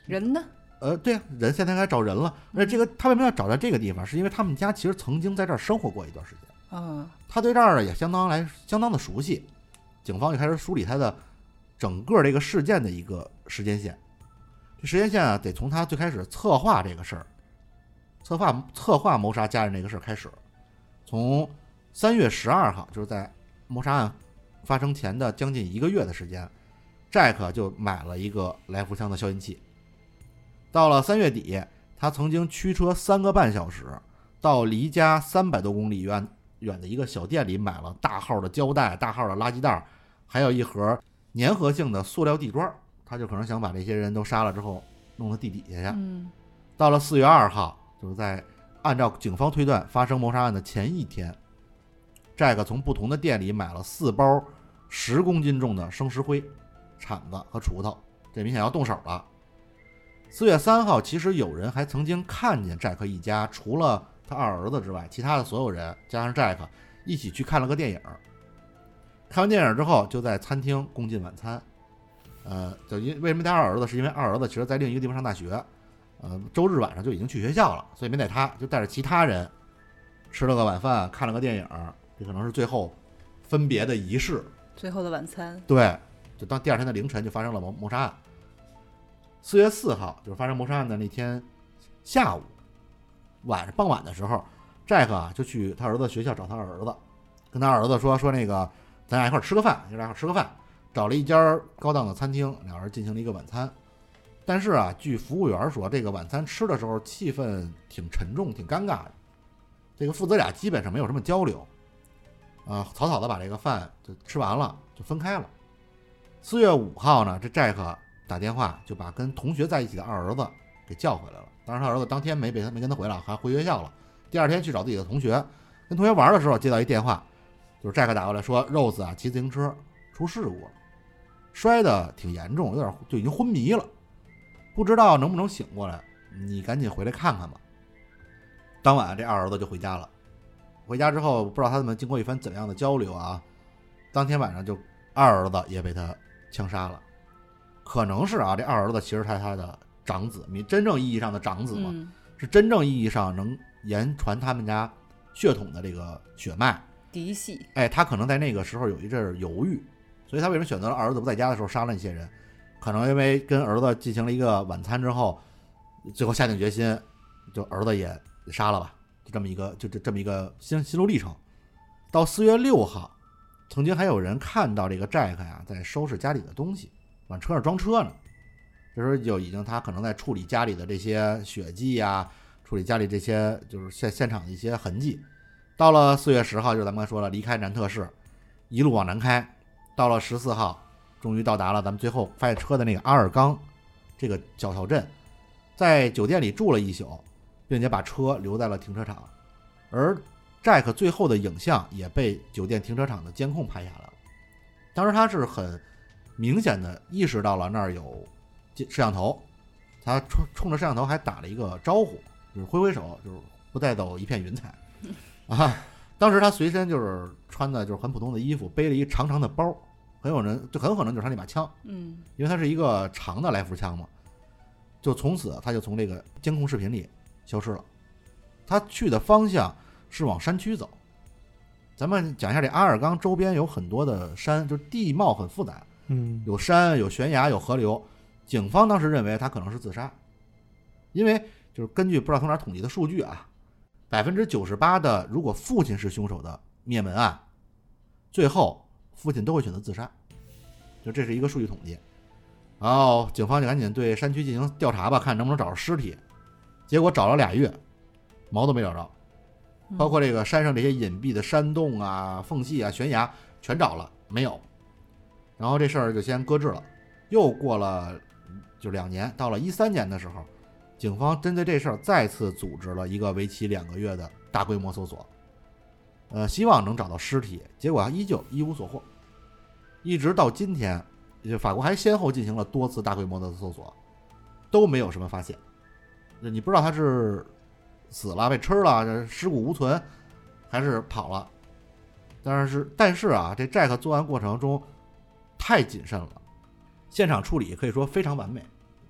人呢？ 呃，对啊，人现在该找人了。那这个他为什么要找到这个地方？是因为他们家其实曾经在这儿生活过一段时间啊， 他对这儿也相当来相当的熟悉。警方就开始梳理他的整个这个事件的一个时间线。这时间线啊，得从他最开始策划这个事儿，策划策划谋杀家人这个事儿开始。从三月十二号，就是在谋杀案发生前的将近一个月的时间，寨克就买了一个来福枪的消音器。到了三月底，他曾经驱车三个半小时，到离家三百多公里远远的一个小店里买了大号的胶带、大号的垃圾袋，还有一盒粘合性的塑料地砖。他就可能想把这些人都杀了之后弄到地底下去。 嗯， 到了四月二号，就是在按照警方推断发生谋杀案的前一天，寨克从不同的店里买了四包十公斤重的生石灰、铲子和锄头，这明显要动手了。四月三号，其实有人还曾经看见寨克一家除了他二儿子之外，其他的所有人加上寨克一起去看了个电影。看完电影之后，就在餐厅共进晚餐。呃，就因为什么带二儿子，是因为二儿子其实在另一个地方上大学，呃，周日晚上就已经去学校了，所以没带他，就带着其他人吃了个晚饭，看了个电影，这可能是最后分别的仪式， 最后的晚餐。 对，就当第二天的凌晨就发生了谋谋杀案。四月四号，就是发生谋杀案的那天下午晚上傍晚的时候，寨克啊就去他儿子学校找他儿子，跟他儿子说说那个咱俩一块吃个饭，就俩一块吃个饭。找了一家高档的餐厅，两人进行了一个晚餐。但是啊，据服务员说，这个晚餐吃的时候气氛挺沉重、挺尴尬的。这个父子俩基本上没有什么交流，啊，草草的把这个饭就吃完了，就分开了。四月五号呢，这寨克打电话就把跟同学在一起的二儿子给叫回来了。当然，他儿子当天没被他没跟他回来，还回学校了。第二天去找自己的同学，跟同学玩的时候接到一电话，就是寨克打过来说，Rose 啊骑自行车出事故了。摔得挺严重，有点就已经昏迷了，不知道能不能醒过来，你赶紧回来看看吧。当晚这二儿子就回家了，回家之后不知道他们经过一番怎样的交流啊，当天晚上就二儿子也被他枪杀了。可能是啊，这二儿子其实他他的长子，你真正意义上的长子嘛， 嗯、 是真正意义上能言传他们家血统的这个血脉嫡系。 哎，他可能在那个时候有一阵犹豫。所以他为什么选择了儿子不在家的时候杀了那些人？可能因为跟儿子进行了一个晚餐之后，最后下定决心，就儿子也杀了吧，就这么一个就这这么一个心心路历程。到四月六号，曾经还有人看到这个寨克呀在收拾家里的东西，往车上装车呢。这时候就已经他可能在处理家里的这些血迹呀，处理家里这些就是现现场的一些痕迹。到了四月十号，就是咱们刚才说了，离开南特市，一路往南开。到了十四号，终于到达了咱们最后发现车的那个阿尔冈这个小小镇，在酒店里住了一宿，并且把车留在了停车场。而寨克最后的影像也被酒店停车场的监控拍下来了。当时他是很明显的意识到了那儿有摄像头，他冲冲着摄像头还打了一个招呼，就是挥挥手，就是不带走一片云彩啊。当时他随身就是穿的就是很普通的衣服，背了一长长的包。很有人就很有可能就是他那把枪， 嗯， 因为它是一个长的来福枪嘛，就从此他就从这个监控视频里消失了。他去的方向是往山区走。咱们讲一下这阿尔冈周边有很多的山，就地貌很复杂， 嗯， 有山有悬崖有河流。警方当时认为他可能是自杀，因为就是根据不知道从哪统计的数据啊，百分之九十八的如果父亲是凶手的灭门案，最后父亲都会选择自杀，就这是一个数据统计。然后警方就赶紧对山区进行调查吧，看能不能找着尸体。结果找了俩月，毛都没找着，包括这个山上这些隐蔽的山洞啊、缝隙啊、悬崖全找了，没有。然后这事儿就先搁置了。又过了就两年，到了一三年的时候，警方针对这事儿再次组织了一个为期两个月的大规模搜索。呃，希望能找到尸体，结果依旧一无所获，一直到今天，法国还先后进行了多次大规模的搜索，都没有什么发现。你不知道他是死了被吃了，尸骨无存，还是跑了。但是但是啊，这寨克作案过程中太谨慎了，现场处理可以说非常完美，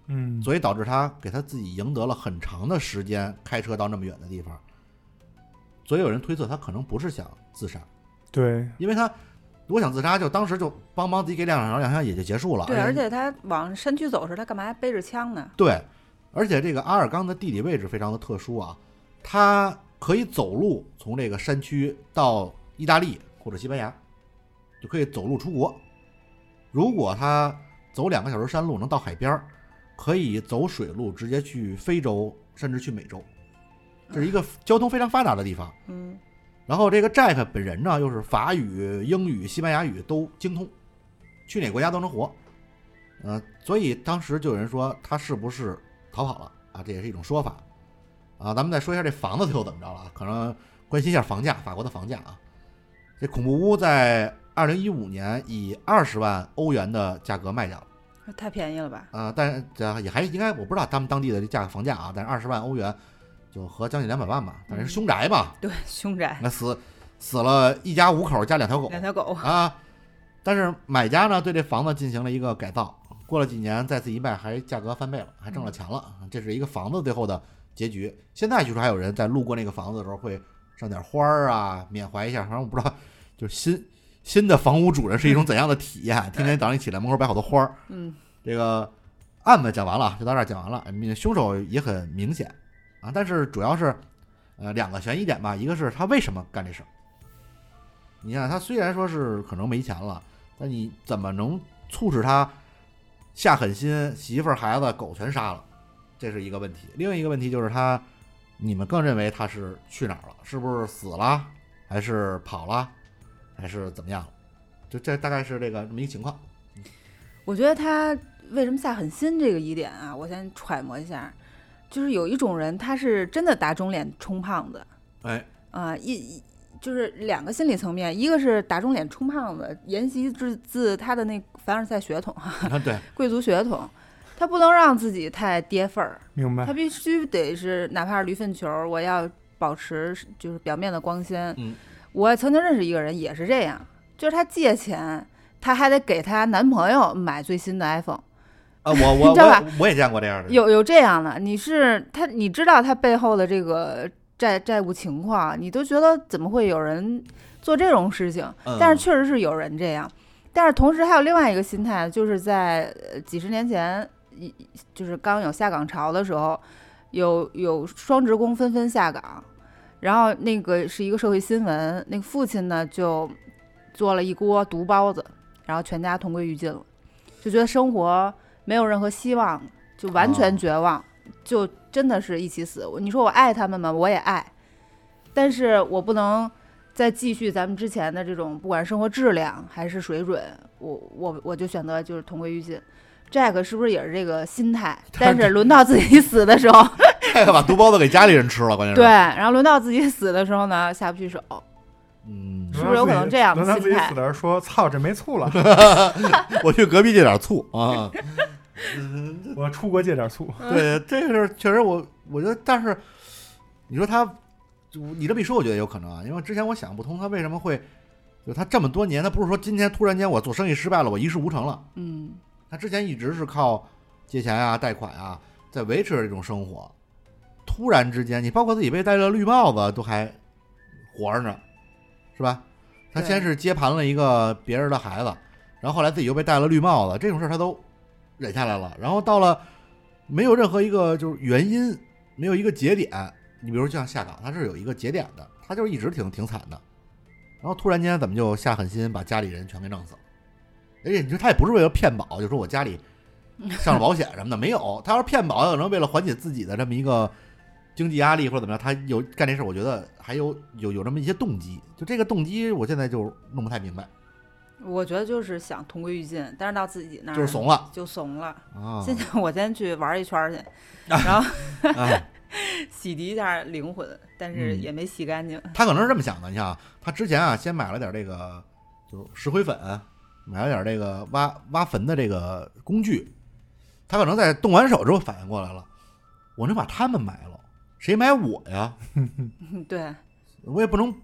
嗯， 所以导致他给他自己赢得了很长的时间开车到那么远的地方。所以有人推测他可能不是想自杀， 对， 因为他如果想自杀，就当时就帮帮自己给两两两枪也就结束了。 对，而且他往山区走时，他干嘛还背着枪呢？ 对，而且这个阿尔冈的地理位置非常的特殊啊，他可以走路从这个山区到意大利或者西班牙，就可以走路出国。如果他走两个小时山路能到海边，可以走水路直接去非洲，甚至去美洲。这是一个交通非常发达的地方。 嗯。 然后这个 Jack 本人呢，又是法语、英语、西班牙语都精通，去哪个国家都能活。呃，所以当时就有人说他是不是逃跑了啊？这也是一种说法啊。咱们再说一下这房子最后怎么着了啊？可能关心一下房价，法国的房价啊。这恐怖屋在二零一五年以二十万欧元的价格卖掉了， 太便宜了吧？ 啊、呃，但是这也还应该我不知道他们当地的这价格房价啊，但是二十万欧元。就合将近两百万吧，但是凶宅嘛， 对，凶宅， 那死死了一家五口加两条狗， 两条狗啊。但是买家呢对这房子进行了一个改造，过了几年再次一卖，还价格翻倍了，还挣了钱了。嗯、这是一个房子最后的结局。现在据说还有人在路过那个房子的时候会上点花啊，缅怀一下。反正我不知道，就是新新的房屋主人是一种怎样的体验？天天早上一起来门口摆好多花儿。 嗯， 这个案子讲完了，就到这儿讲完了。凶手也很明显。啊，但是主要是，呃，两个悬疑点吧。一个是他为什么干这事儿？你看，他虽然说是可能没钱了，但你怎么能促使他下狠心，媳妇儿、孩子、狗全杀了？这是一个问题。另一个问题就是他，你们更认为他是去哪儿了？是不是死了，还是跑了，还是怎么样？就这大概是这个这么一个情况。 我觉得他为什么下狠心这个疑点啊，我先揣摩一下。就是有一种人，他是真的打肿脸充胖子， 哎， 啊、呃，一就是两个心理层面，一个是打肿脸充胖子，沿袭自自他的那凡尔赛血统哈， 对， 贵族血统，他不能让自己太跌份儿， 明白？ 他必须得是哪怕是驴粪球，我要保持就是表面的光鲜。 嗯， 我曾经认识一个人也是这样，就是他借钱，他还得给他男朋友买最新的 iPhone。 啊，我我我我也见过这样的， 有有这样的，你是他，你知道他背后的这个债债务情况，你都觉得怎么会有人做这种事情？ 嗯、 但是确实是有人这样，但是同时还有另外一个心态，就是在几十年前，一就是刚有下岗潮的时候，有有双职工纷纷下岗，然后那个是一个社会新闻，那个父亲呢就做了一锅毒包子，然后全家同归于尽了，就觉得生活没有任何希望，就完全绝望，哦、就真的是一起死。你说我爱他们吗？我也爱，但是我不能再继续咱们之前的这种，不管生活质量还是水准，我我我就选择就是同归于尽。Jack 是不是也是这个心态？但是轮到自己死的时候， 这个把毒包子给家里人吃了，关键是对，然后轮到自己死的时候呢，下不去手。 嗯， 是不是有可能这样的心态？ 轮到自己死的时候说：“操，这没醋了， 我去隔壁借点醋啊。” 我出国借点醋。 对，这个是确实我，我觉得，但是你说他，你这么一说，我觉得有可能啊，因为之前我想不通，他为什么会，就他这么多年，他不是说今天突然间我做生意失败了，我一事无成了， 嗯， 他之前一直是靠借钱啊、贷款啊，在维持这种生活，突然之间，你包括自己被戴了绿帽子都还活着呢，是吧？他先是接盘了一个别人的孩子，然后后来自己又被戴了绿帽子，这种事他都忍下来了，然后到了没有任何一个就是原因，没有一个节点，你比如像下岗，他是有一个节点的，他就是一直挺挺惨的，然后突然间怎么就下狠心把家里人全给弄死了？而且你说他也不是为了骗保，就说我家里上了保险什么的，没有，他要是骗保，可能为了缓解自己的这么一个经济压力或者怎么样，他有干这事，我觉得还有有有这么一些动机，就这个动机我现在就弄不太明白。 我觉得就是想同归于尽，但是到自己那儿就是怂了， 就怂了。 啊！ 现在我先去玩一圈去，然后、 哎、 洗涤一下灵魂，但是也没洗干净。 嗯、他可能是这么想的，你看啊，他之前啊先买了点这个就石灰粉，买了点这个挖挖坟的这个工具，他可能在动完手之后反应过来了，我能把他们埋了，谁埋我呀？ 对， 我也不能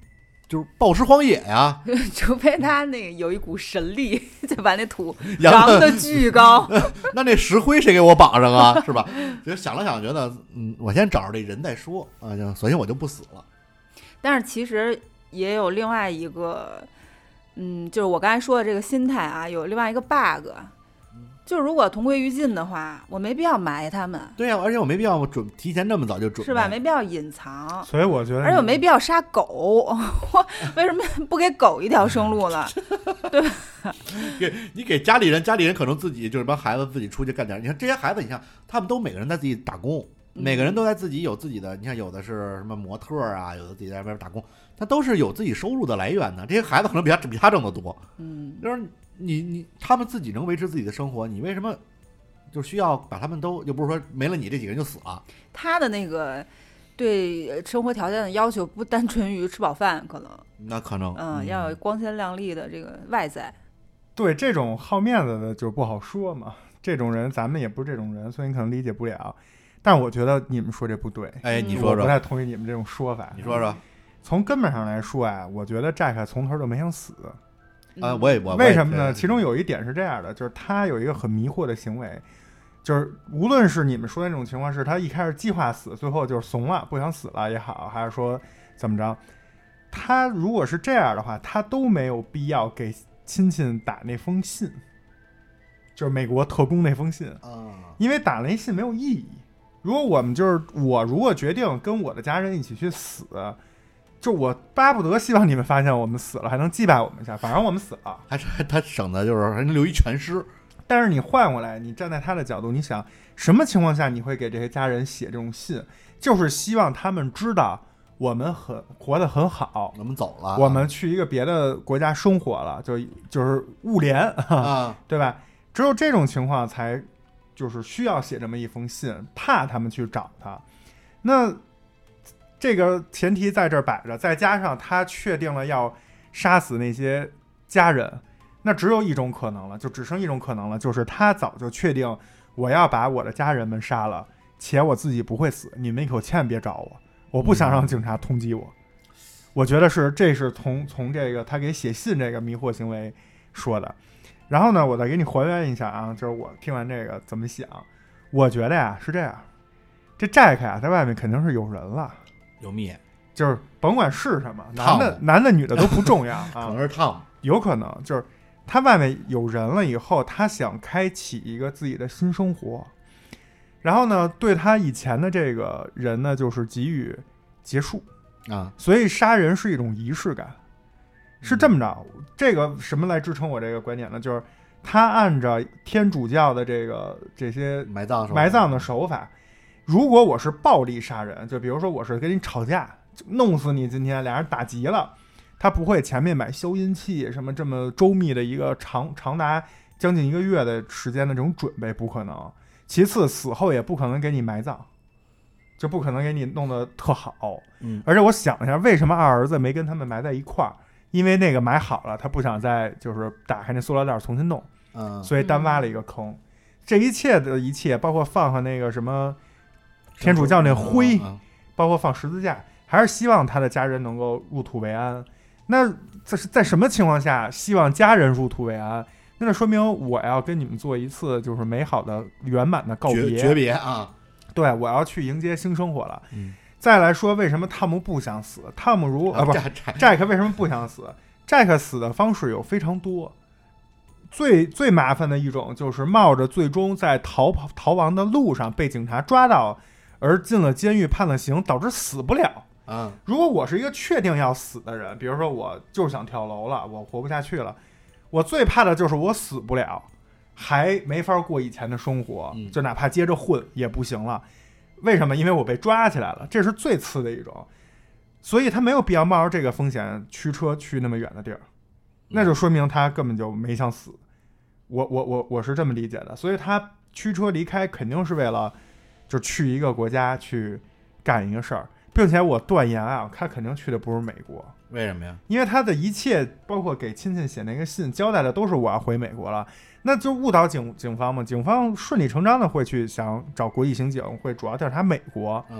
就是暴尸荒野呀， 除非他那个有一股神力，就把那土扬的巨高。 那那石灰谁给我绑上啊？是吧？就想了想，觉得嗯，我先找着这人再说啊，就索性我就不死了。 但是其实也有另外一个，嗯，就是我刚才说的这个心态啊，有另外一个 bug。就如果同归于尽的话，我没必要埋他们。 对呀、啊，而且我没必要准提前这么早就准备， 是吧？没必要隐藏。 所以我觉得， 而且我没必要杀狗，我为什么不给狗一条生路呢？对吧？ 给你给家里人，家里人可能自己就是帮孩子自己出去干点。你看这些孩子，你看他们都每个人在自己打工， 嗯、 每个人都在自己有自己的。你看有的是什么模特啊，有的自己在外边打工，他都是有自己收入的来源的。这些孩子可能比他比他挣得多， 嗯， 就是。你你他们自己能维持自己的生活，你为什么就需要把他们都又不是说没了你这几个人就死了？ 他的那个对生活条件的要求不单纯于吃饱饭，可能那可能嗯，嗯要有光鲜亮丽的这个外在。 对这种好面子的就不好说嘛，这种人咱们也不是这种人，所以你可能理解不了。但我觉得你们说这不对， 哎，你说说， 我不太同意你们这种说法。 你说说， 从根本上来说啊，我觉得寨克从头就没想死。 啊，我也我为什么呢？其中有一点是这样的，就是他有一个很迷惑的行为，就是无论是你们说的那种情况，是他一开始计划死，最后就是怂了，不想死了也好，还是说怎么着，他如果是这样的话，他都没有必要给亲戚打那封信，就是美国特工那封信啊， 因为打那信没有意义。如果我们就是我如果决定跟我的家人一起去死。就我巴不得希望你们发现我们死了，还能祭拜我们一下，反正我们死了， 还是他省的就是还能留一全尸。 但是你换过来，你站在他的角度，你想什么情况下你会给这些家人写这种信？就是希望他们知道我们很活得很好， 我们走了， 我们去一个别的国家生活了，就就是物联啊，对吧？只有这种情况才就是需要写这么一封信，怕他们去找他。那这个前提在这儿摆着，再加上他确定了要杀死那些家人，那只有一种可能了，就只剩一种可能了，就是他早就确定我要把我的家人们杀了，且我自己不会死，你们以后千万别找我，我不想让警察通缉我。嗯、我觉得是这是从从这个他给写信这个迷惑行为说的。然后呢，我再给你还原一下啊，就是我听完这个怎么想，我觉得呀是这样，这寨克呀在外面肯定是有人了。 有蜜， 就是甭管是什么，男的男的女的都不重要啊， 可能是汤姆， 有可能就是他外面有人了以后，他想开启一个自己的新生活，然后呢，对他以前的这个人呢，就是给予结束啊， 所以杀人是一种仪式感，是这么着，嗯、这个什么来支撑我这个观点呢？就是他按照天主教的这个这些埋葬埋葬的手法。如果我是暴力杀人，就比如说我是跟你吵架，弄死你，今天俩人打急了，他不会前面买消音器什么这么周密的一个长长达将近一个月的时间的这种准备，不可能。其次，死后也不可能给你埋葬，就不可能给你弄得特好。 嗯， 而且我想一下，为什么二儿子没跟他们埋在一块儿？因为那个埋好了，他不想再就是打开那塑料袋重新弄， 嗯， 所以单挖了一个坑。嗯、这一切的一切，包括放上那个什么。天主教那灰，包括放十字架，还是希望他的家人能够入土为安。那这是在什么情况下希望家人入土为安？那就说明我要跟你们做一次就是美好的圆满的告别诀别啊！ 对，我要去迎接新生活了。 嗯， 再来说为什么汤姆不想死？汤姆如啊不寨克为什么不想死？寨克死的方式有非常多。最最麻烦的一种就是冒着最终在逃跑逃亡的路上被警察抓到。而进了监狱判了刑，导致死不了。 嗯， 如果我是一个确定要死的人，比如说我就是想跳楼了，我活不下去了，我最怕的就是我死不了，还没法过以前的生活， 嗯、 就哪怕接着混也不行了。为什么？因为我被抓起来了，这是最次的一种。所以他没有必要冒着这个风险驱车去那么远的地儿，那就说明他根本就没想死。我我我我是这么理解的，所以他驱车离开肯定是为了。就去一个国家去干一个事儿，并且我断言啊，他肯定去的不是美国。 为什么呀？ 因为他的一切，包括给亲戚写那个信，交代的都是我要回美国了，那就误导警警方嘛。警方顺理成章的会去想找国际刑警，会主要调查美国。 嗯，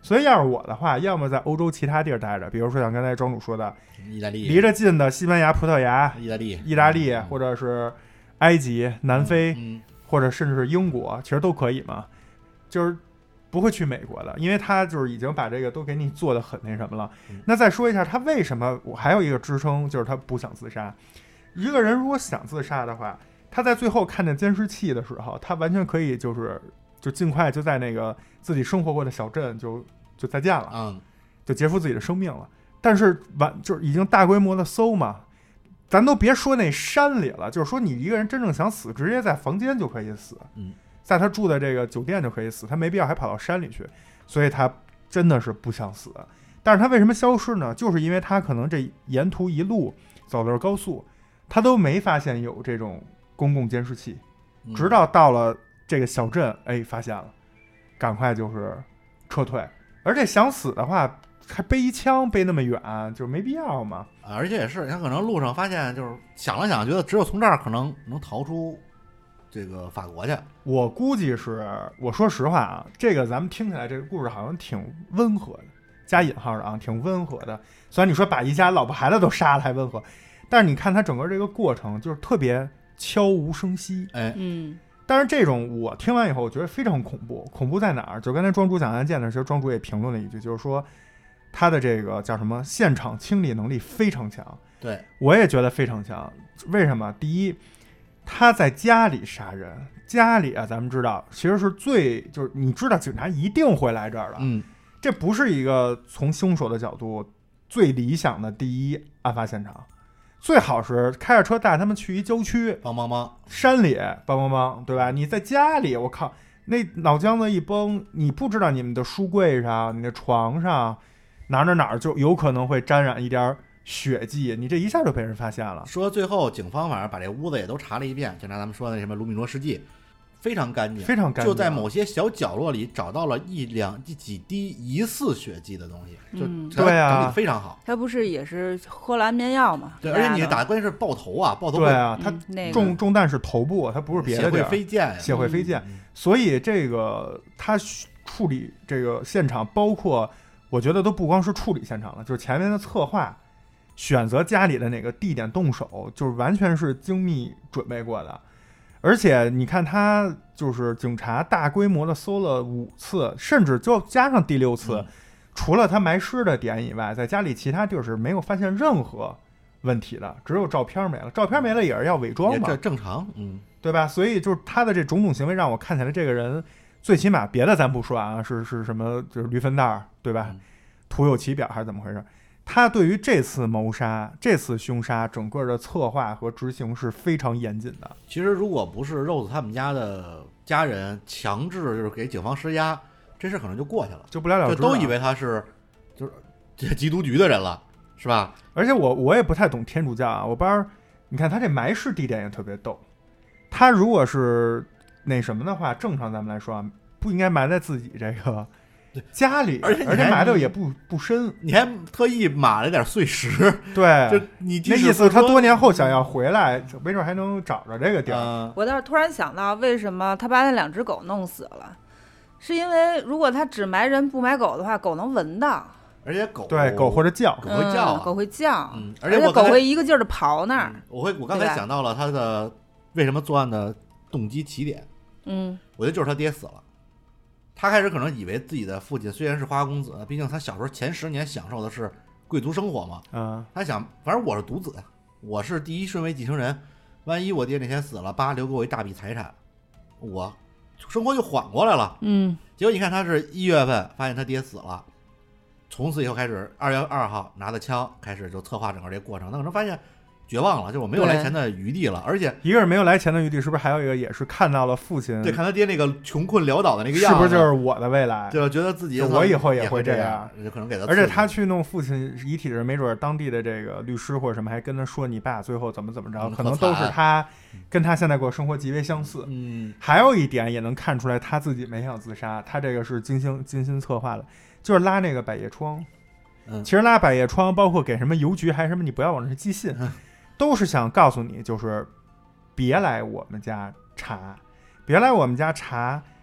所以要是我的话，要么在欧洲其他地儿待着，比如说像刚才庄主说的， 意大利离着近的西班牙、葡萄牙、 意大利、 意大利，或者是埃及、南非， 嗯嗯、 或者甚至是英国，其实都可以嘛。就是不会去美国的，因为他就是已经把这个都给你做的很那什么了。 嗯、 那再说一下他为什么，我还有一个支撑就是他不想自杀。一个人如果想自杀的话，他在最后看见监视器的时候，他完全可以就是就尽快就在那个自己生活过的小镇就就再见了， 嗯， 就结束自己的生命了。但是完就是已经大规模的搜嘛，咱都别说那山里了，就是说你一个人真正想死，直接在房间就可以死， 嗯， 在他住的这个酒店就可以死，他没必要还跑到山里去，所以他真的是不想死。但是他为什么消失呢？就是因为他可能这沿途一路走的是高速，他都没发现有这种公共监视器，直到到了这个小镇，哎，发现了，赶快就是撤退。而且想死的话，还背一枪背那么远，就没必要嘛。 而且也是，他可能路上发现，就是想了想，觉得只有从这儿可能能逃出这个法国去。 我估计是，我说实话啊，这个咱们听起来这个故事好像挺温和的，加引号的啊，挺温和的。虽然你说把一家老婆孩子都杀了还温和，但是你看他整个这个过程就是特别悄无声息。 哎， 嗯。 但是这种我听完以后，我觉得非常恐怖。恐怖在哪儿？就刚才庄主讲案件的时候，庄主也评论了一句，就是说他的这个叫什么现场清理能力非常强。 对， 我也觉得非常强。为什么？第一，他在家里杀人，家里啊，咱们知道其实是最就是你知道警察一定会来这儿的。 嗯， 这不是一个从凶手的角度最理想的第一案发现场。最好是开着车带他们去一郊区， 帮帮帮， 山里帮帮帮，对吧？你在家里，我靠，那脑浆子一崩，你不知道你们的书柜上、你的床上哪哪哪儿就有可能会沾染一点血迹，你这一下就被人发现了。 说最后警方反正把这屋子也都查了一遍，就拿咱们说的那什么卢米诺试剂，非常干净， 非常干净， 就在某些小角落里找到了一两几滴疑似血迹的东西，就、 嗯、 对啊， 整理非常好。 他不是也是喝了安眠药嘛？ 对，而且你打关键是爆头啊，爆头对啊，他中、 嗯、 中弹是头部，他不是别的地儿， 血会飞溅， 血会飞溅、 嗯。 所以这个他处理这个现场，包括我觉得都不光是处理现场了，就是前面的策划。选择家里的哪个地点动手，就是完全是精密准备过的。而且你看他就是警察大规模的搜了五次，甚至就加上第六次、嗯、除了他埋尸的点以外，在家里其他地儿是没有发现任何问题的，只有照片没了。照片没了也是要伪装嘛， 这正常，嗯， 对吧？所以就是他的这种种行为让我看起来这个人最起码别的咱不说啊，是是什么就是驴粪蛋，对吧、嗯、徒有其表还是怎么回事，他对于这次谋杀、这次凶杀整个的策划和执行是非常严谨的。 其实如果不是肉子他们家的家人强制就是给警方施压，这事可能就过去了， 就不了了之了， 就都以为他是就是这缉毒局的人了，是吧？ 而且我我也不太懂天主教啊，我不知道，你看他这埋尸地点也特别逗。他如果是那什么的话，正常咱们来说啊，不应该埋在自己这个。家里， 而且而且埋的也不不深， 你还特意码了点碎石， 对， 就你那意思，他多年后想要回来，没准还能找着这个地儿、 嗯。 我倒是突然想到，为什么他把那两只狗弄死了？是因为如果他只埋人不埋狗的话，狗能闻到， 而且狗对狗或者叫， 狗会叫、啊嗯，狗会叫， 嗯， 而且狗会一个劲儿的刨那儿、 嗯。我会，我刚才想到了他的为什么作案的动机起点， 嗯， 我觉得就是他爹死了。他开始可能以为自己的父亲虽然是花花公子，毕竟他小时候前十年享受的是贵族生活嘛。 嗯， 他想，反正我是独子，我是第一顺位继承人，万一我爹那天死了，爸留给我一大笔财产，我生活就缓过来了。 嗯， 结果你看他是一月份发现他爹死了，从此以后开始二月二号拿着枪开始就策划整个这个过程，那可能发现绝望了，就我没有来钱的余地了，而且一个是没有来钱的余地，是不是还有一个也是看到了父亲？ 对，看他爹那个穷困潦倒的那个样子， 是不是就是我的未来？ 就觉得自己我以后也会这样，就可能给他。 而且他去弄父亲遗体时，没准当地的这个律师或者什么还跟他说：“你爸最后怎么怎么着？” 嗯、 可能都是他跟他现在过生活极为相似。 嗯， 还有一点也能看出来，他自己没想自杀，他这个是精心精心策划的，就是拉那个百叶窗。 嗯， 其实拉百叶窗，包括给什么邮局还是什么，你不要往这寄信。嗯，都是想告诉你，就是别来我们家查，别来我们家查，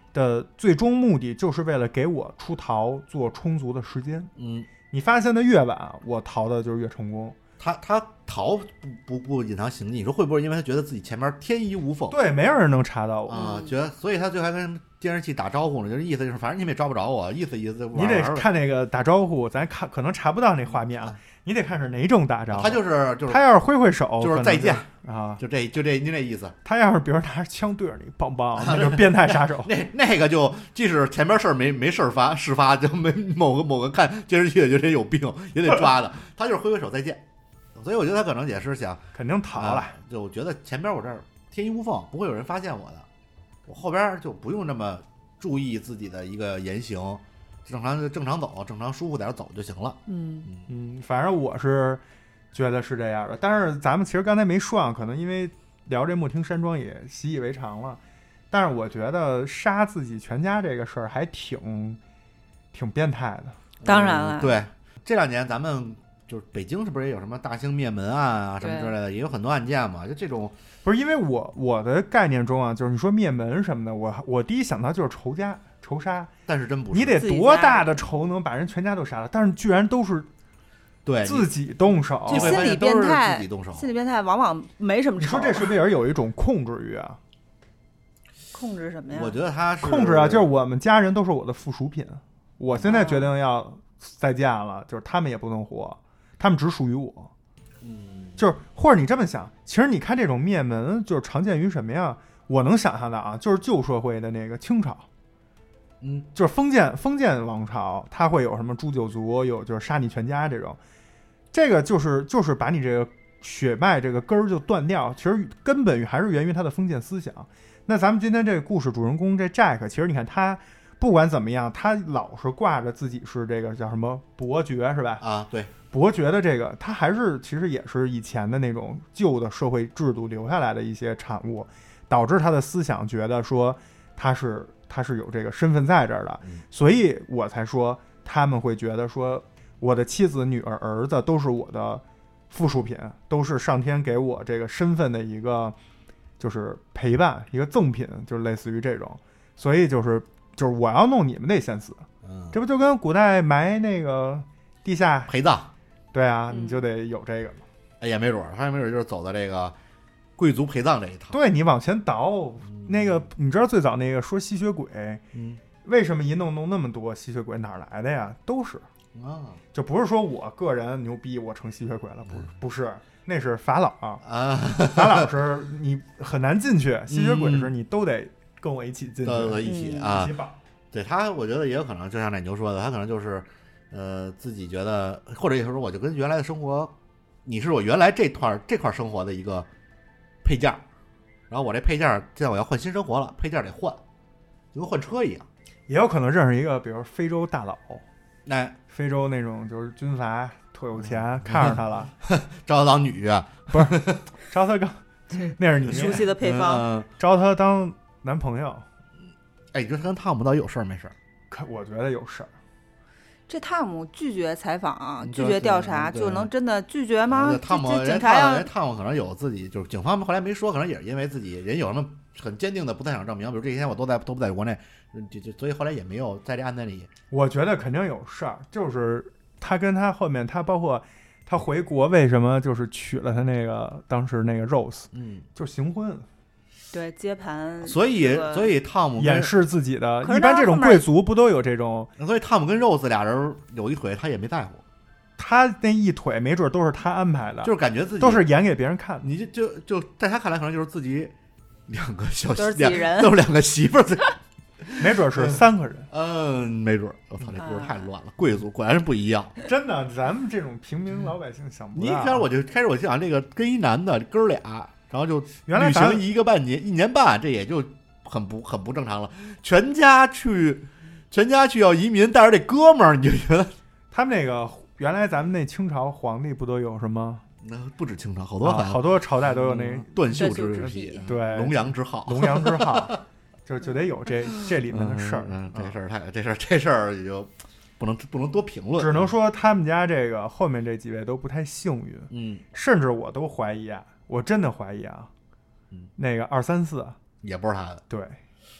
的最终目的就是为了给我出逃做充足的时间。 嗯， 你发现的越晚，我逃的就是越成功。 他他逃不不不隐藏行迹，你说会不会因为他觉得自己前面天衣无缝？ 对，没有人能查到我啊、嗯，觉得，所以他最后还跟监视器打招呼呢，就是意思就是反正你们也抓不着我，意思意思。 你得看那个打招呼，咱看可能查不到那画面，啊、你得看是哪种打招呼。 他就是就是他要是挥挥手， 就是再见啊， 就这就这就这意思。 他要是比如拿着枪对着你，梆梆，那就是变态杀手。 那那个就即使前面事儿没没事儿发事发，就没某个某个看监视器的就得有病，也得抓的。他就是挥挥手再见。所以我觉得他可能也是想肯定逃了、 啊，就我觉得前边我这儿天衣无缝，不会有人发现我的，我后边就不用这么注意自己的一个言行，正常正常走，正常舒服点走就行了。 嗯嗯，反正我是觉得是这样的。但是咱们其实刚才没说啊，可能因为聊这莫听山庄也习以为常了，但是我觉得杀自己全家这个事儿还挺挺变态的。 当然了、 嗯，对，这两年咱们。就是北京是不是也有什么大兴灭门案啊什么之类的，也有很多案件嘛？就这种不是因为我我的概念中啊，就是你说灭门什么的，我我第一想到就是仇家仇杀， 但是真不是， 你得多大的仇能把人全家都杀了？但是居然都是对自己动手， 就心理变态， 自己动手， 心理变态往往没什么仇。 你说这是不是也是有一种控制欲啊？ 控制什么呀？ 我觉得他是控制啊，就是我们家人都是我的附属品，我现在决定要再见了，就是他们也不能活。他们只属于我， 嗯， 就是或者你这么想，其实你看这种灭门，就是常见于什么呀？我能想象的啊，就是旧社会的那个清朝， 嗯， 就是封建封建王朝，它会有什么诛九族，有就是杀你全家这种，这个就是就是把你这个血脉这个根儿就断掉，其实根本还是源于他的封建思想。那咱们今天这个故事主人公这 Jack， 其实你看他不管怎么样，他老是挂着自己是这个叫什么伯爵是吧？ 啊，对。 伯爵的这个，他还是其实也是以前的那种旧的社会制度留下来的一些产物，导致他的思想觉得说他是他是有这个身份在这儿的，所以我才说他们会觉得说我的妻子、女儿、儿子都是我的附属品，都是上天给我这个身份的一个就是陪伴，一个赠品，就是类似于这种，所以就是就是我要弄你们得先死， 嗯， 这不就跟古代埋那个地下陪葬。 对啊， 嗯、 你就得有这个嘛。 哎呀，没准儿，他没准儿就是走的这个贵族陪葬这一套。 对，你往前倒， 嗯、 那个你知道最早那个说吸血鬼， 嗯， 为什么一弄弄那么多吸血鬼哪来的呀？都是啊， 就不是说我个人牛逼，我成吸血鬼了，不是，不是，那是法老啊， 法老是你很难进去，吸血鬼是你都得跟我一起进去， 都得一起啊， 一起保。 对他，我觉得也有可能，就像奶牛说的，他可能就是。呃，自己觉得，或者有时候我就跟原来的生活，你是我原来这块这块生活的一个配件，然后我这配件现在我要换新生活了，配件得换，就跟换车一样。 也有可能认识一个，比如非洲大佬， 那非洲那种就是军阀特有钱，嗯、看上他了， 招他当女婿， 不是招他当，那是你熟悉的配方， 嗯、 招他当男朋友。 哎，你说他跟汤姆到底有事儿没事儿？ 可我觉得有事儿。 这汤姆拒绝采访、拒绝调查，就能真的拒绝嗯吗？ 汤姆， 这警察要汤姆可能有自己，就是警方后来没说，可能也是因为自己人有什么很坚定的不在场证明，比如这些天我都在都不在国内，就就所以后来也没有在这案件里。 我觉得肯定有事儿，就是他跟他后面，他包括他回国为什么就是娶了他那个当时那个 Rose， 嗯， 就是行婚。 对，接盘， 所以所以汤姆掩饰自己的，一般这种贵族不都有这种？ 所以汤姆跟 Rose 俩人有一腿，他也没在乎。 他那一腿没准都是他安排的， 就是感觉自己都是演给别人看的。 你就就就在他看来，可能就是自己两个小都是自己人， 都是两个媳妇儿， 没准是三个人。 嗯，没准。我操，这故事太乱了。贵族果然是不一样， 真的，咱们这种平民老百姓想不到。 你一开始我就开始我就想这个跟一男的哥俩。然后就原来旅行一个半年一年半，这也就很不很不正常了。全家去，全家去要移民，带着这哥们儿，你就觉得他们那个原来咱们那清朝皇帝不都有什么？ 那不止清朝，好多、 啊、好多朝代都有那、 嗯、断袖之癖， 对， 龙阳之好， 龙阳之好，就就得有这这里面的事儿、 嗯嗯。这事儿太这事儿这事儿也就不能不能多评论， 只能说他们家这个后面这几位都不太幸运， 嗯， 甚至我都怀疑啊。我真的怀疑啊， 嗯， 那个二三四也不是他的， 对，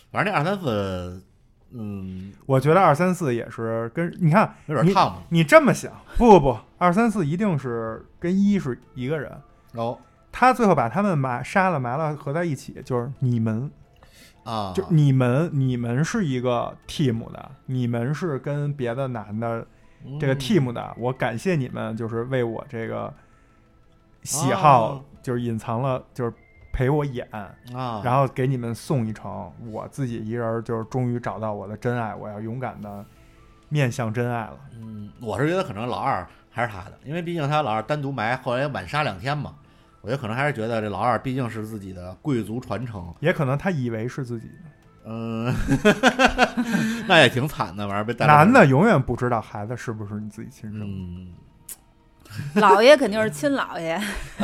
反正那二三四，嗯， 我觉得二三四也是跟你看有点烫你。你这么想，不不不，二三四一定是跟一是一个人哦。 他最后把他们埋杀了埋了合在一起，就是你们啊， 就你们你们是一个 team 的，你们是跟别的男的这个 team 的，嗯、我感谢你们，就是为我这个喜好、哦、就是隐藏了，就是陪我演啊， 然后给你们送一程，我自己一人就是终于找到我的真爱，我要勇敢的面向真爱了。 嗯，我是觉得可能老二还是他的，因为毕竟他老二单独埋，后来晚杀两天嘛。我觉得可能还是觉得这老二毕竟是自己的贵族传承， 也可能他以为是自己的。 嗯，那也挺惨的，玩意儿被带。 男的永远不知道孩子是不是你自己亲生的。 嗯， 老爷肯定是亲老爷。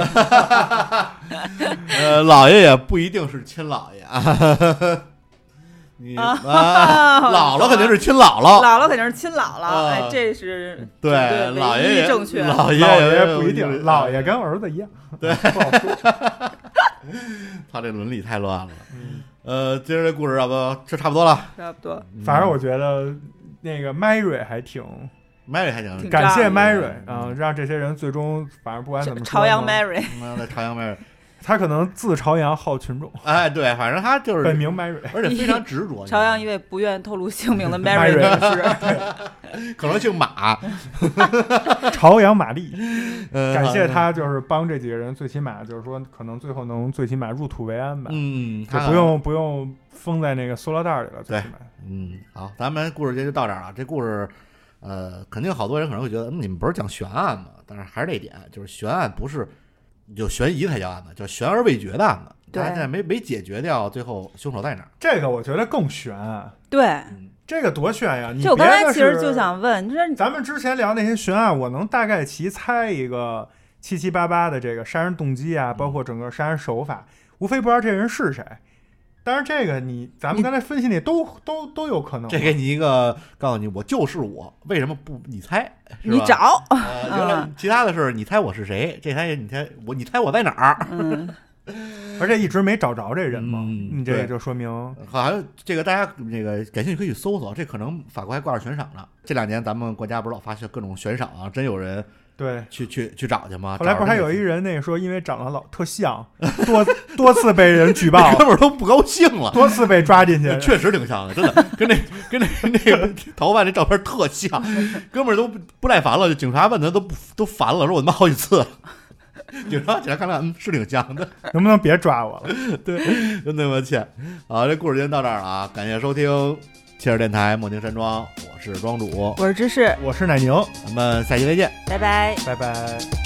呃，老爷也不一定是亲老爷啊。你啊，姥姥肯定是亲姥姥， 姥姥肯定是亲姥姥，哎，这是对，姥爷也正确， 姥爷不一定，姥爷跟儿子一样， 对，不好说。他这伦理太乱了。 嗯， 呃，今儿这故事要不这差不多了， 差不多。 反正我觉得那个 Mary 还挺 ，Mary 还挺， 感谢 Mary 啊，让这些人最终反正不管怎么说， 朝阳 Mary， 朝阳 Mary。 他可能自朝阳好群众， 哎，对，反正他就是本名 Mary， 而且非常执着。 朝阳一位不愿透露姓名的 Mary 女士，可能姓马， 朝阳玛丽。 呃、 感谢他，就是帮这几个人，最起码就是说，可能最后能最起码入土为安吧。 嗯， 就不用不用封在那个塑料袋里了。 对，嗯，好，咱们故事节就到这儿了。这故事，呃，肯定好多人可能会觉得，嗯、你们不是讲悬案吗？但是还是那点，就是悬案不是。有悬疑才叫案子，叫悬而未决的案子。 对， 现在没没解决掉，最后凶手在哪儿？ 这个我觉得更悬。 对， 嗯、 这个多悬呀！ 就我刚才其实就想问，这咱们之前聊那些悬案，我能大概其猜一个七七八八的这个杀人动机啊，包括整个杀人手法，无非不知道这人是谁。但是这个你咱们刚才分析那都都都有可能。 这给你一个，告诉你我就是我，为什么不你猜？ 你找。 呃，原来其他的是你猜我是谁，这猜你猜我，你猜我在哪儿？ 嗯， 而且一直没找着这人嘛， 嗯、 你这就说明好像这个大家那个感兴趣可以去搜搜，这可能法国还挂着悬赏呢。这两年咱们国家不是老发现各种悬赏啊，真有人。 对， 去去去找去吗？ 后来不是还有一人那个说，因为长得老特像，多多次被人举报， 哥们儿都不高兴了， 多次被抓进去， 确实挺像的，真的，跟那跟那那个头发那照片特像，哥们儿都不耐烦了，警察问他都不都烦了，说我他妈好几次，警察警察看看，嗯，是挺像的， 能不能别抓我了？ 对，真他妈欠。好，这故事先到这儿了啊，感谢收听。汽车电台莫听山庄，我是庄主， 我是芝士， 我是奶宁， 咱们下期再见， 拜拜， 拜拜。